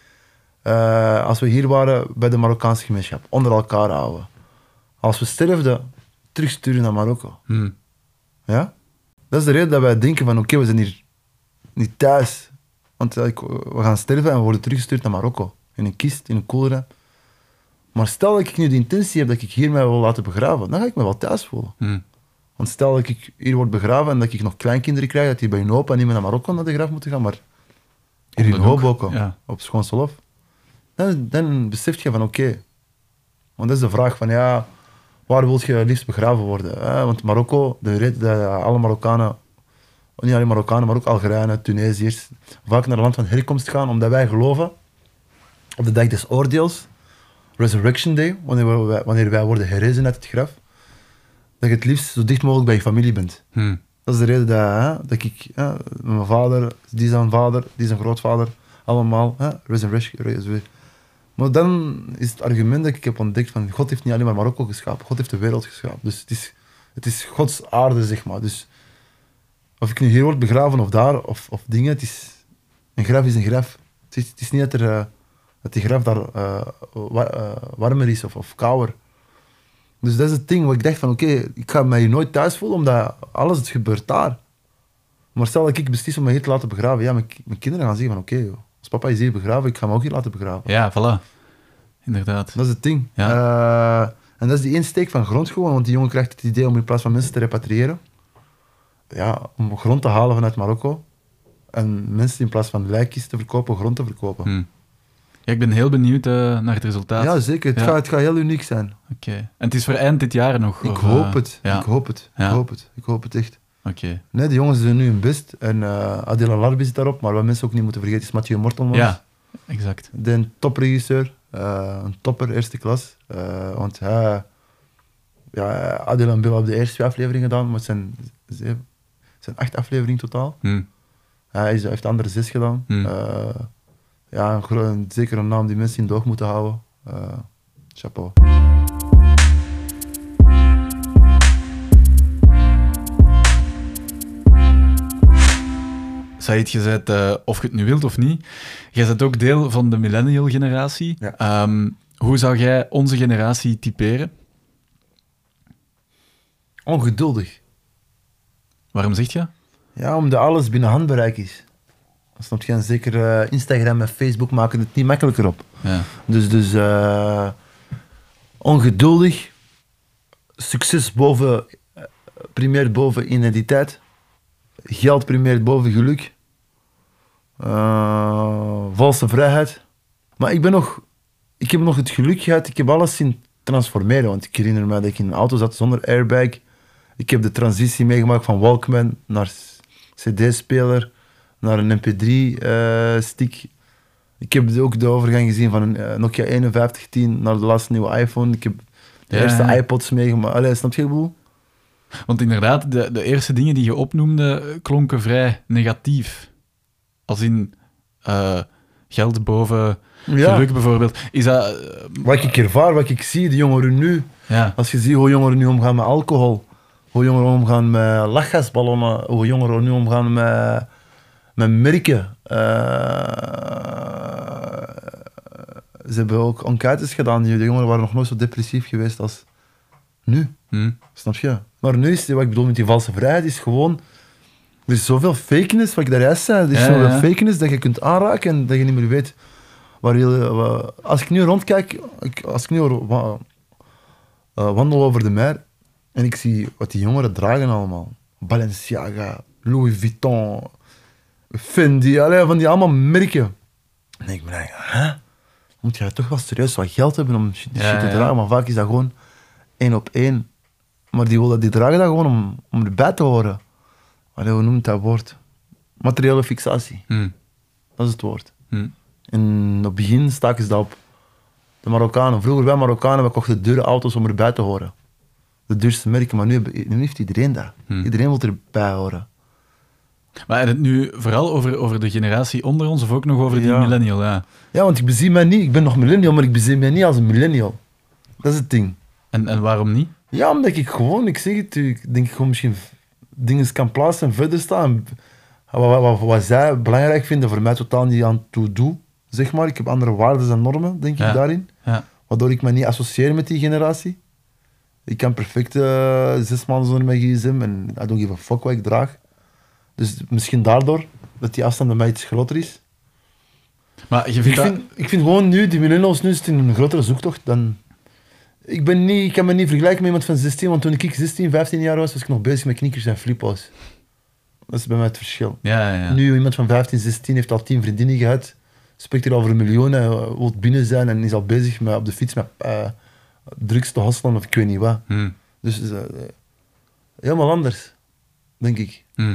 Uh, als we hier waren bij de Marokkaanse gemeenschap, onder elkaar houden. Als we sterfden, terugsturen naar Marokko. Hmm. Ja? Dat is de reden dat wij denken van oké, okay, we zijn hier niet thuis. Want uh, we gaan sterven en we worden teruggestuurd naar Marokko. In een kist, in een koelruim. Maar stel dat ik nu de intentie heb dat ik hier mij wil laten begraven, dan ga ik me wel thuis voelen. Hmm. Want stel dat ik hier word begraven en dat ik nog kleinkinderen krijg, dat die bij hun opa niet meer naar Marokko naar de graf moeten gaan, maar hier in Hoboken, ja. Op Schoonselhof. Dan, dan besef je van oké. Okay. Want dat is de vraag van ja, waar wil je liefst begraven worden? Eh, want Marokko, de reden dat alle Marokkanen, niet alleen Marokkanen, maar ook Algerijnen, Tunesiërs, vaak naar het land van herkomst gaan, omdat wij geloven op de dag des oordeels, Resurrection Day, wanneer wij, wanneer wij worden herrezen uit het graf, dat je het liefst zo dicht mogelijk bij je familie bent. Hmm. Dat is de reden dat, hè, dat ik, hè, mijn vader, die is een vader, die is een grootvader, allemaal, hè, resurrection, resurrection. Maar dan is het argument dat ik heb ontdekt van God heeft niet alleen maar Marokko geschapen, God heeft de wereld geschapen. Dus het is, het is Gods aarde, zeg maar. Dus of ik nu hier word begraven of daar, of, of dingen, het is, een graf is een graf. Het is, het is niet dat er... Uh, dat die graf daar uh, wa- uh, warmer is of, of kouder. Dus dat is het ding waar ik dacht van oké, okay, ik ga mij hier nooit thuis voelen, omdat alles het gebeurt daar. Maar stel dat ik beslis om me hier te laten begraven, ja, mijn, mijn kinderen gaan zeggen van oké, okay, als papa is hier begraven, ik ga me ook hier laten begraven. Ja, voilà. Inderdaad. Dat is het ding. Ja. Uh, en dat is die insteek van grond gewoon, want die jongen krijgt het idee om in plaats van mensen te repatriëren, ja, om grond te halen vanuit Marokko en mensen in plaats van lijkjes te verkopen, grond te verkopen. Hmm. Ja, ik ben heel benieuwd uh, naar het resultaat. Ja, zeker. Het, ja. Gaat, het gaat heel uniek zijn. Oké. Okay. En het is voor eind dit jaar nog? Ik of, hoop uh, het. Ja. Ik hoop het. Ja. Ik hoop het. Ik hoop het echt. Oké. Okay. Nee, de jongens doen nu hun best. En uh, Adil Alarbi zit daarop, maar wat mensen ook niet moeten vergeten is Mathieu Mortelmans. Ja, exact. De topregisseur. Uh, een topper, eerste klas. Uh, want hij... Ja, Adil en Bill hebben de eerste twee afleveringen gedaan, maar het zijn, zeven, het zijn acht afleveringen totaal. Hmm. Hij is, heeft de andere zes gedaan. Hmm. Uh, ja, een, gro- een, zeker een naam die mensen in de oog moeten houden. Uh, chapeau. Saïd, je bent, uh, of je het nu wilt of niet, jij bent ook deel van de millennial-generatie. Ja. Um, hoe zou jij onze generatie typeren? Ongeduldig. Waarom zeg je? Ja, omdat alles binnen handbereik is. Snap je? En zeker uh, Instagram en Facebook maken het niet makkelijker op. Ja. Dus, dus uh, ongeduldig. Succes boven, uh, primeert boven identiteit. Geld primeert boven geluk. Uh, valse vrijheid. Maar ik ben nog... Ik heb nog het geluk gehad. Ik heb alles zien transformeren. Want ik herinner me dat ik in een auto zat zonder airbag. Ik heb de transitie meegemaakt van Walkman naar C D-speler, naar een M P drie-stick. Uh, ik heb ook de overgang gezien van een uh, Nokia eenenvijftig tien naar de laatste nieuwe iPhone. Ik heb de ja, eerste ja. iPods meegemaakt. Allee, snap je wat ik bedoel? Want inderdaad, de, de eerste dingen die je opnoemde klonken vrij negatief. Als in uh, geld boven Ja. geluk bijvoorbeeld. Is dat... Uh, Wat ik ervaar, wat ik zie, de jongeren nu. ja. Als je ziet hoe jongeren nu omgaan met alcohol, hoe jongeren omgaan met lachgasballonnen, hoe jongeren nu omgaan met, met merken. Uh, ze hebben ook enquêtes gedaan. De jongeren waren nog nooit zo depressief geweest als nu. Hm. Snap je? Maar nu is, wat ik bedoel met die valse vrijheid, is gewoon... Er is zoveel fakeness, wat ik daar juist zei. Er is Ja, zoveel ja. fakeness dat je kunt aanraken en dat je niet meer weet waar je... Waar, als ik nu rondkijk, ik, als ik nu wa, uh, wandel over de mer en ik zie wat die jongeren dragen allemaal. Balenciaga, Louis Vuitton, Fendi, allee, van die allemaal merken. Dan denk ik me, hè? Moet je toch wel serieus wat geld hebben om shit, Ja, shit te ja. dragen, maar vaak is dat gewoon één op één. Maar die, willen, die dragen dat gewoon om, om erbij te horen. Allee, hoe noemt dat woord? Materiële fixatie. Hm. Dat is het woord. Hm. En op het begin staken ze dat op. De Marokkanen. Vroeger wij Marokkanen, we kochten dure auto's om erbij te horen. De duurste merken, maar nu, nu heeft iedereen dat. Hm. Iedereen wil erbij horen. Maar en het nu vooral over, over de generatie onder ons of ook nog over die Ja. millennial? Ja. Ja, want ik bezie mij niet, ik ben nog millennial, maar ik bezie mij niet als een millennial. Dat is het ding. En, en waarom niet? Ja, omdat ik gewoon, ik zeg het, ik denk ik gewoon misschien dingen kan plaatsen en verder staan. Wat, wat, wat, wat zij belangrijk vinden, voor mij totaal niet aan toe doe, zeg maar. Ik heb andere waarden en normen, denk Ja. ik, daarin. Ja. Waardoor ik me niet associeer met die generatie. Ik kan perfect uh, zes maanden zonder mijn gsm en I don't give a fuck wat ik draag. Dus misschien daardoor dat die afstand bij mij iets groter is. Maar je Ik vindt dat... vind, ik vind gewoon nu, die millennials nu zitten in een grotere zoektocht dan... Ik, ben niet, ik kan me niet vergelijken met iemand van zestien, want toen ik zestien, vijftien jaar was, was ik nog bezig met knikkers en flippo's. Dat is bij mij het verschil. Ja, ja. Nu, iemand van vijftien, zestien heeft al tien vriendinnen gehad, spreekt er over een miljoen en wil binnen zijn en is al bezig met, op de fiets met uh, drugs te hosselen of ik weet niet wat. Hm. Dus uh, helemaal anders, denk ik. Hm.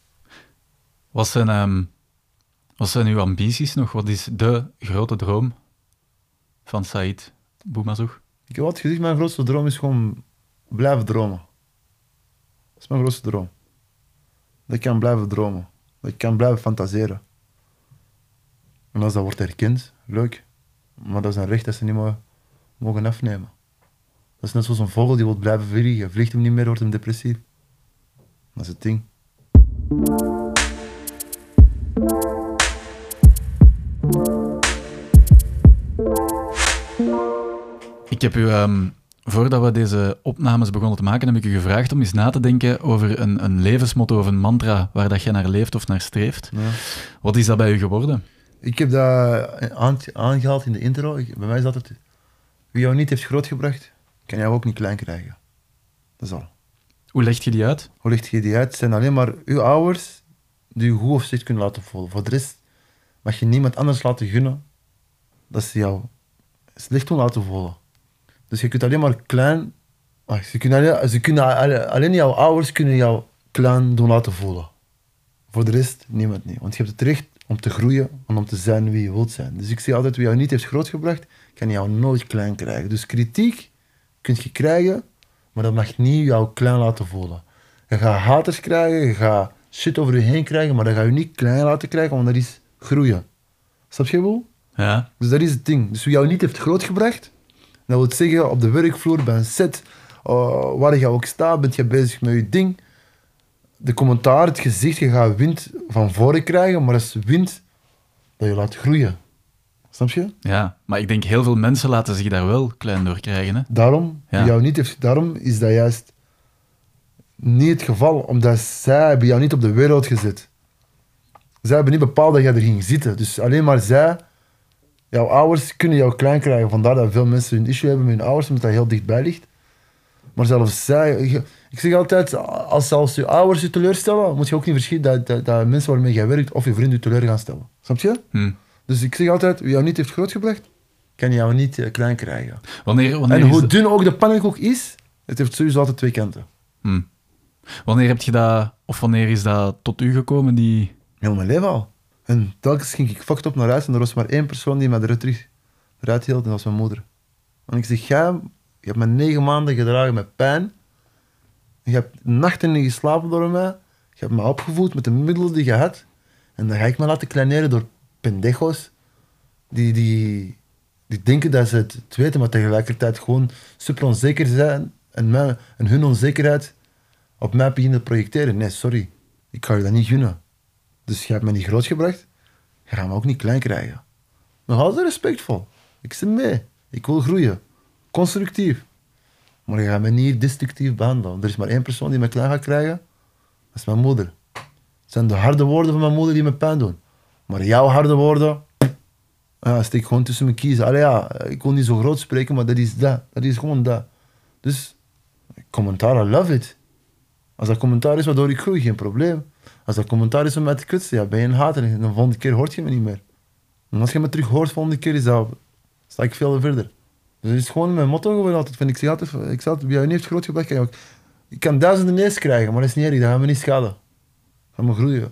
Wat zijn, um, wat zijn uw ambities nog? Wat is de grote droom van Saïd Boumazough? Ik heb altijd gezegd, mijn grootste droom is gewoon blijven dromen. Dat is mijn grootste droom. Dat ik kan blijven dromen. Dat ik kan blijven fantaseren. En als dat wordt erkend, leuk. Maar dat is een recht dat ze niet mogen, mogen afnemen. Dat is net zoals een vogel die wil blijven vliegen. Vliegt hem niet meer, wordt hem depressief. Dat is het ding. Ik heb u, um, voordat we deze opnames begonnen te maken, heb ik u gevraagd om eens na te denken over een, een levensmotto of een mantra waar dat je naar leeft of naar streeft. Ja. Wat is dat bij u geworden? Ik heb dat aan, aangehaald in de intro. Ik, bij mij is dat het... Wie jou niet heeft grootgebracht, kan jou ook niet klein krijgen. Dat is al. Hoe leg je die uit? Hoe ligt je die uit? Het zijn alleen maar uw ouders die je goed of slecht kunnen laten voelen. Voor de rest mag je niemand anders laten gunnen dat ze jou slecht doen laten voelen. Dus je kunt alleen maar klein... Ach, ze kunnen alleen, ze kunnen, alleen jouw ouders kunnen jou klein doen laten voelen. Voor de rest niemand niet. Want je hebt het recht om te groeien en om te zijn wie je wilt zijn. Dus ik zeg altijd, wie jou niet heeft grootgebracht, kan jou nooit klein krijgen. Dus kritiek kun je krijgen, maar dat mag niet jou klein laten voelen. Je gaat haters krijgen, je gaat shit over je heen krijgen, maar dat gaat je niet klein laten krijgen, want dat is groeien. Snap je wel? Ja. Dus dat is het ding. Dus wie jou niet heeft grootgebracht, dat wil zeggen op de werkvloer, bij een set, uh, waar je ook staat, bent je bezig met je ding. De commentaar, het gezicht, je gaat wind van voren krijgen, maar dat is wind dat je laat groeien. Snap je? Ja, maar ik denk heel veel mensen laten zich daar wel klein door krijgen. Hè? Daarom, Ja. wie jou niet heeft, daarom is dat juist niet het geval, omdat zij hebben jou niet op de wereld gezet. Zij hebben niet bepaald dat jij er ging zitten. Dus alleen maar zij, jouw ouders, kunnen jou klein krijgen. Vandaar dat veel mensen een issue hebben met hun ouders, omdat dat heel dichtbij ligt. Maar zelfs zij... Ik zeg altijd, als zelfs je ouders je teleurstellen, moet je ook niet verschieten dat, dat, dat mensen waarmee jij werkt of je vrienden je teleur gaan stellen. Snap je? Hm. Dus ik zeg altijd, wie jou niet heeft grootgebracht, kan jou niet uh, klein krijgen. Wanneer, wanneer En is hoe de- dun ook de pannenkoek is, het heeft sowieso altijd twee kanten. Hm. Wanneer heb je dat, of wanneer is dat tot u gekomen, die... Heel mijn leven al. En telkens ging ik fucked op naar huis en er was maar één persoon die mij eruit terug eruit hield en dat was mijn moeder. En ik zeg, jij, je hebt me negen maanden gedragen met pijn. Je hebt nachten niet geslapen door mij. Je hebt me opgevoed met de middelen die je had. En dan ga ik me laten kleineren door pendejo's die, die, die denken dat ze het weten, maar tegelijkertijd gewoon super onzeker zijn en, mij, en hun onzekerheid op mij beginnen te projecteren. Nee, sorry. Ik ga je dat niet gunnen. Dus je hebt me niet grootgebracht. Je gaat me ook niet klein krijgen. Nog altijd respectvol. Ik zit mee. Ik wil groeien. Constructief. Maar je gaat me niet destructief behandelen. Er is maar één persoon die me klein gaat krijgen. Dat is mijn moeder. Het zijn de harde woorden van mijn moeder die me pijn doen. Maar jouw harde woorden... Ja, steek gewoon tussen mijn kiezen. Allee ja, ik wil niet zo groot spreken, maar dat is dat. Dat is gewoon dat. Dus, commentaar, I love it. Als dat commentaar is waardoor ik groei, geen probleem. Als dat commentaar is om mij te kwetsen, ja, ben je een hater. En de volgende keer hoort je me niet meer. En als je me terug hoort de volgende keer, is dat, sta ik veel verder. Dus dat is gewoon mijn motto geworden altijd. Van, ik zeg altijd, ik zeg altijd, wie jou niet heeft grootgebracht, kan je ook... Ik kan duizenden nee's krijgen, maar dat is niet erg. Dat gaat me niet schaden. Dat gaat me groeien.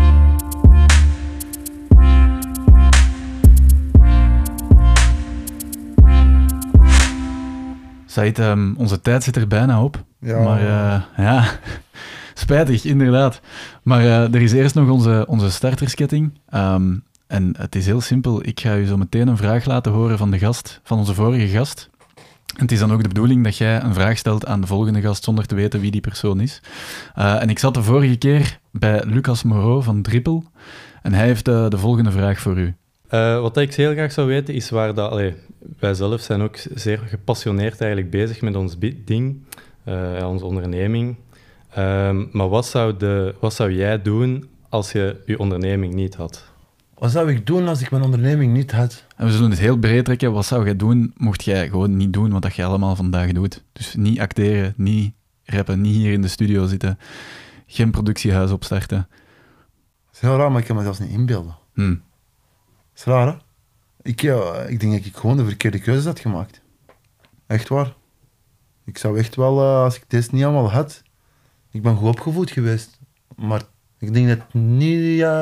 Said, um, onze tijd zit er bijna op. Ja. Maar uh, ja, spijtig, inderdaad. Maar uh, er is eerst nog onze, onze startersketting. Um, en het is heel simpel. Ik ga u zo meteen een vraag laten horen van de gast, van onze vorige gast. En het is dan ook de bedoeling dat jij een vraag stelt aan de volgende gast zonder te weten wie die persoon is. Uh, en ik zat de vorige keer bij Lucas Moreau van Drippel. En hij heeft uh, de volgende vraag voor u. Uh, wat ik heel graag zou weten is waar dat... Allee, wij zelf zijn ook zeer gepassioneerd eigenlijk bezig met ons bi- ding, uh, onze onderneming. Um, maar wat zou, de, wat zou jij doen als je je onderneming niet had? Wat zou ik doen als ik mijn onderneming niet had? En we zullen het heel breed trekken. Wat zou jij doen, mocht jij gewoon niet doen wat dat jij allemaal vandaag doet? Dus niet acteren, niet rappen, niet hier in de studio zitten, geen productiehuis opstarten. Dat is heel raar, maar ik kan me zelfs niet inbeelden. Hm. Dat is raar, hè? Ik, ja, ik denk dat ik gewoon de verkeerde keuzes had gemaakt. Echt waar. Ik zou echt wel, uh, als ik dit niet allemaal had... Ik ben goed opgevoed geweest, maar ik denk dat het niet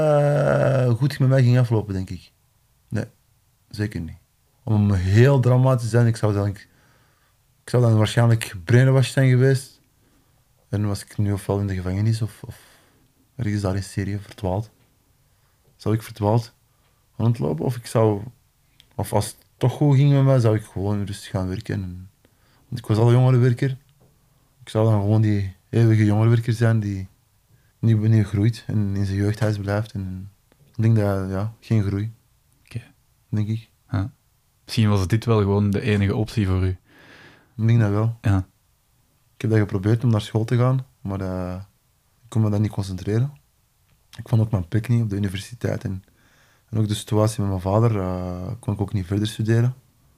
uh, goed met mij ging aflopen, denk ik. Nee, zeker niet. Om heel dramatisch te zijn, ik zou dan, ik, ik zou dan waarschijnlijk brainwashed zijn geweest. En was ik nu ofwel in de gevangenis of, of ergens daar in Syrië verdwaald. Zou ik verdwaald rondlopen of ik zou... Of als het toch goed ging met mij, zou ik gewoon rustig gaan werken. Want ik was al jongerenwerker. Ik zou dan gewoon die eeuwige jongerenwerker zijn die niet opnieuw groeit en in zijn jeugdhuis blijft. En ik denk dat, ja, geen groei. Oké. Denk ik. Ja. Misschien was dit wel gewoon de enige optie voor u. Ik denk dat wel. Ja. Ik heb dat geprobeerd om naar school te gaan, maar uh, ik kon me dan niet concentreren. Ik vond ook mijn plek niet op de universiteit. En, en ook de situatie met mijn vader uh, kon ik ook niet verder studeren.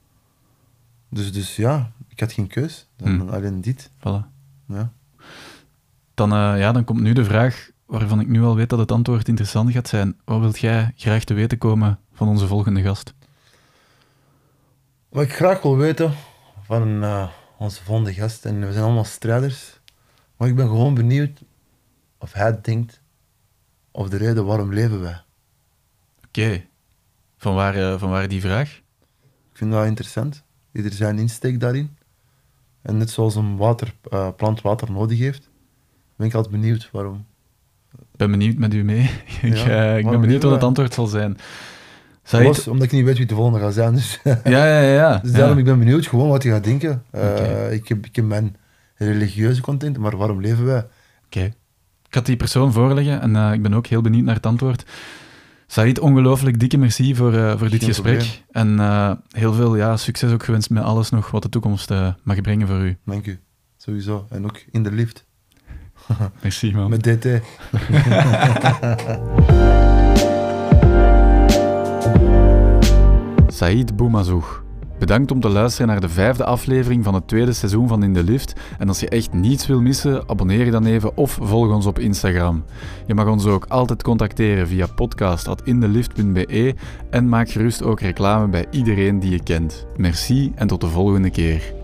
Dus, dus ja, ik had geen keus. Dan, Hmm. alleen dit. Voilà. Ja. Dan, uh, ja, dan komt nu de vraag waarvan ik nu al weet dat het antwoord interessant gaat zijn. Wat wilt jij graag te weten komen van onze volgende gast? Wat ik graag wil weten van uh, onze volgende gast, en we zijn allemaal strijders, maar ik ben gewoon benieuwd of hij denkt of de reden waarom leven wij. okay. van, waar, uh, van waar die vraag? Ik vind dat interessant. Ieder zijn insteek daarin. En net zoals een water, uh, plant water nodig heeft, ben ik altijd benieuwd waarom. Ik ben benieuwd met u mee. ik, ja, uh, ik ben benieuwd wat het antwoord zal zijn. Los, omdat ik niet weet wie de volgende gaat zijn. Dus, ja, ja, ja. dus daarom ja. ik ben benieuwd gewoon wat hij gaat denken. Uh, okay. ik, heb, ik heb mijn religieuze content, maar waarom leven wij? Oké. Okay. Ik had die persoon voorleggen en uh, ik ben ook heel benieuwd naar het antwoord. Saïd, ongelooflijk dikke merci voor, uh, voor dit Geen gesprek. Probleem. En uh, heel veel ja, succes ook gewenst met alles nog wat de toekomst uh, mag brengen voor u. Dank u. Sowieso. En ook in de lift. Merci, man. Met D T. Saïd Boumazoug. Bedankt om te luisteren naar de vijfde aflevering van het tweede seizoen van In de Lift. En als je echt niets wil missen, abonneer je dan even of volg ons op Instagram. Je mag ons ook altijd contacteren via podcast at indelift punt be en maak gerust ook reclame bij iedereen die je kent. Merci en tot de volgende keer.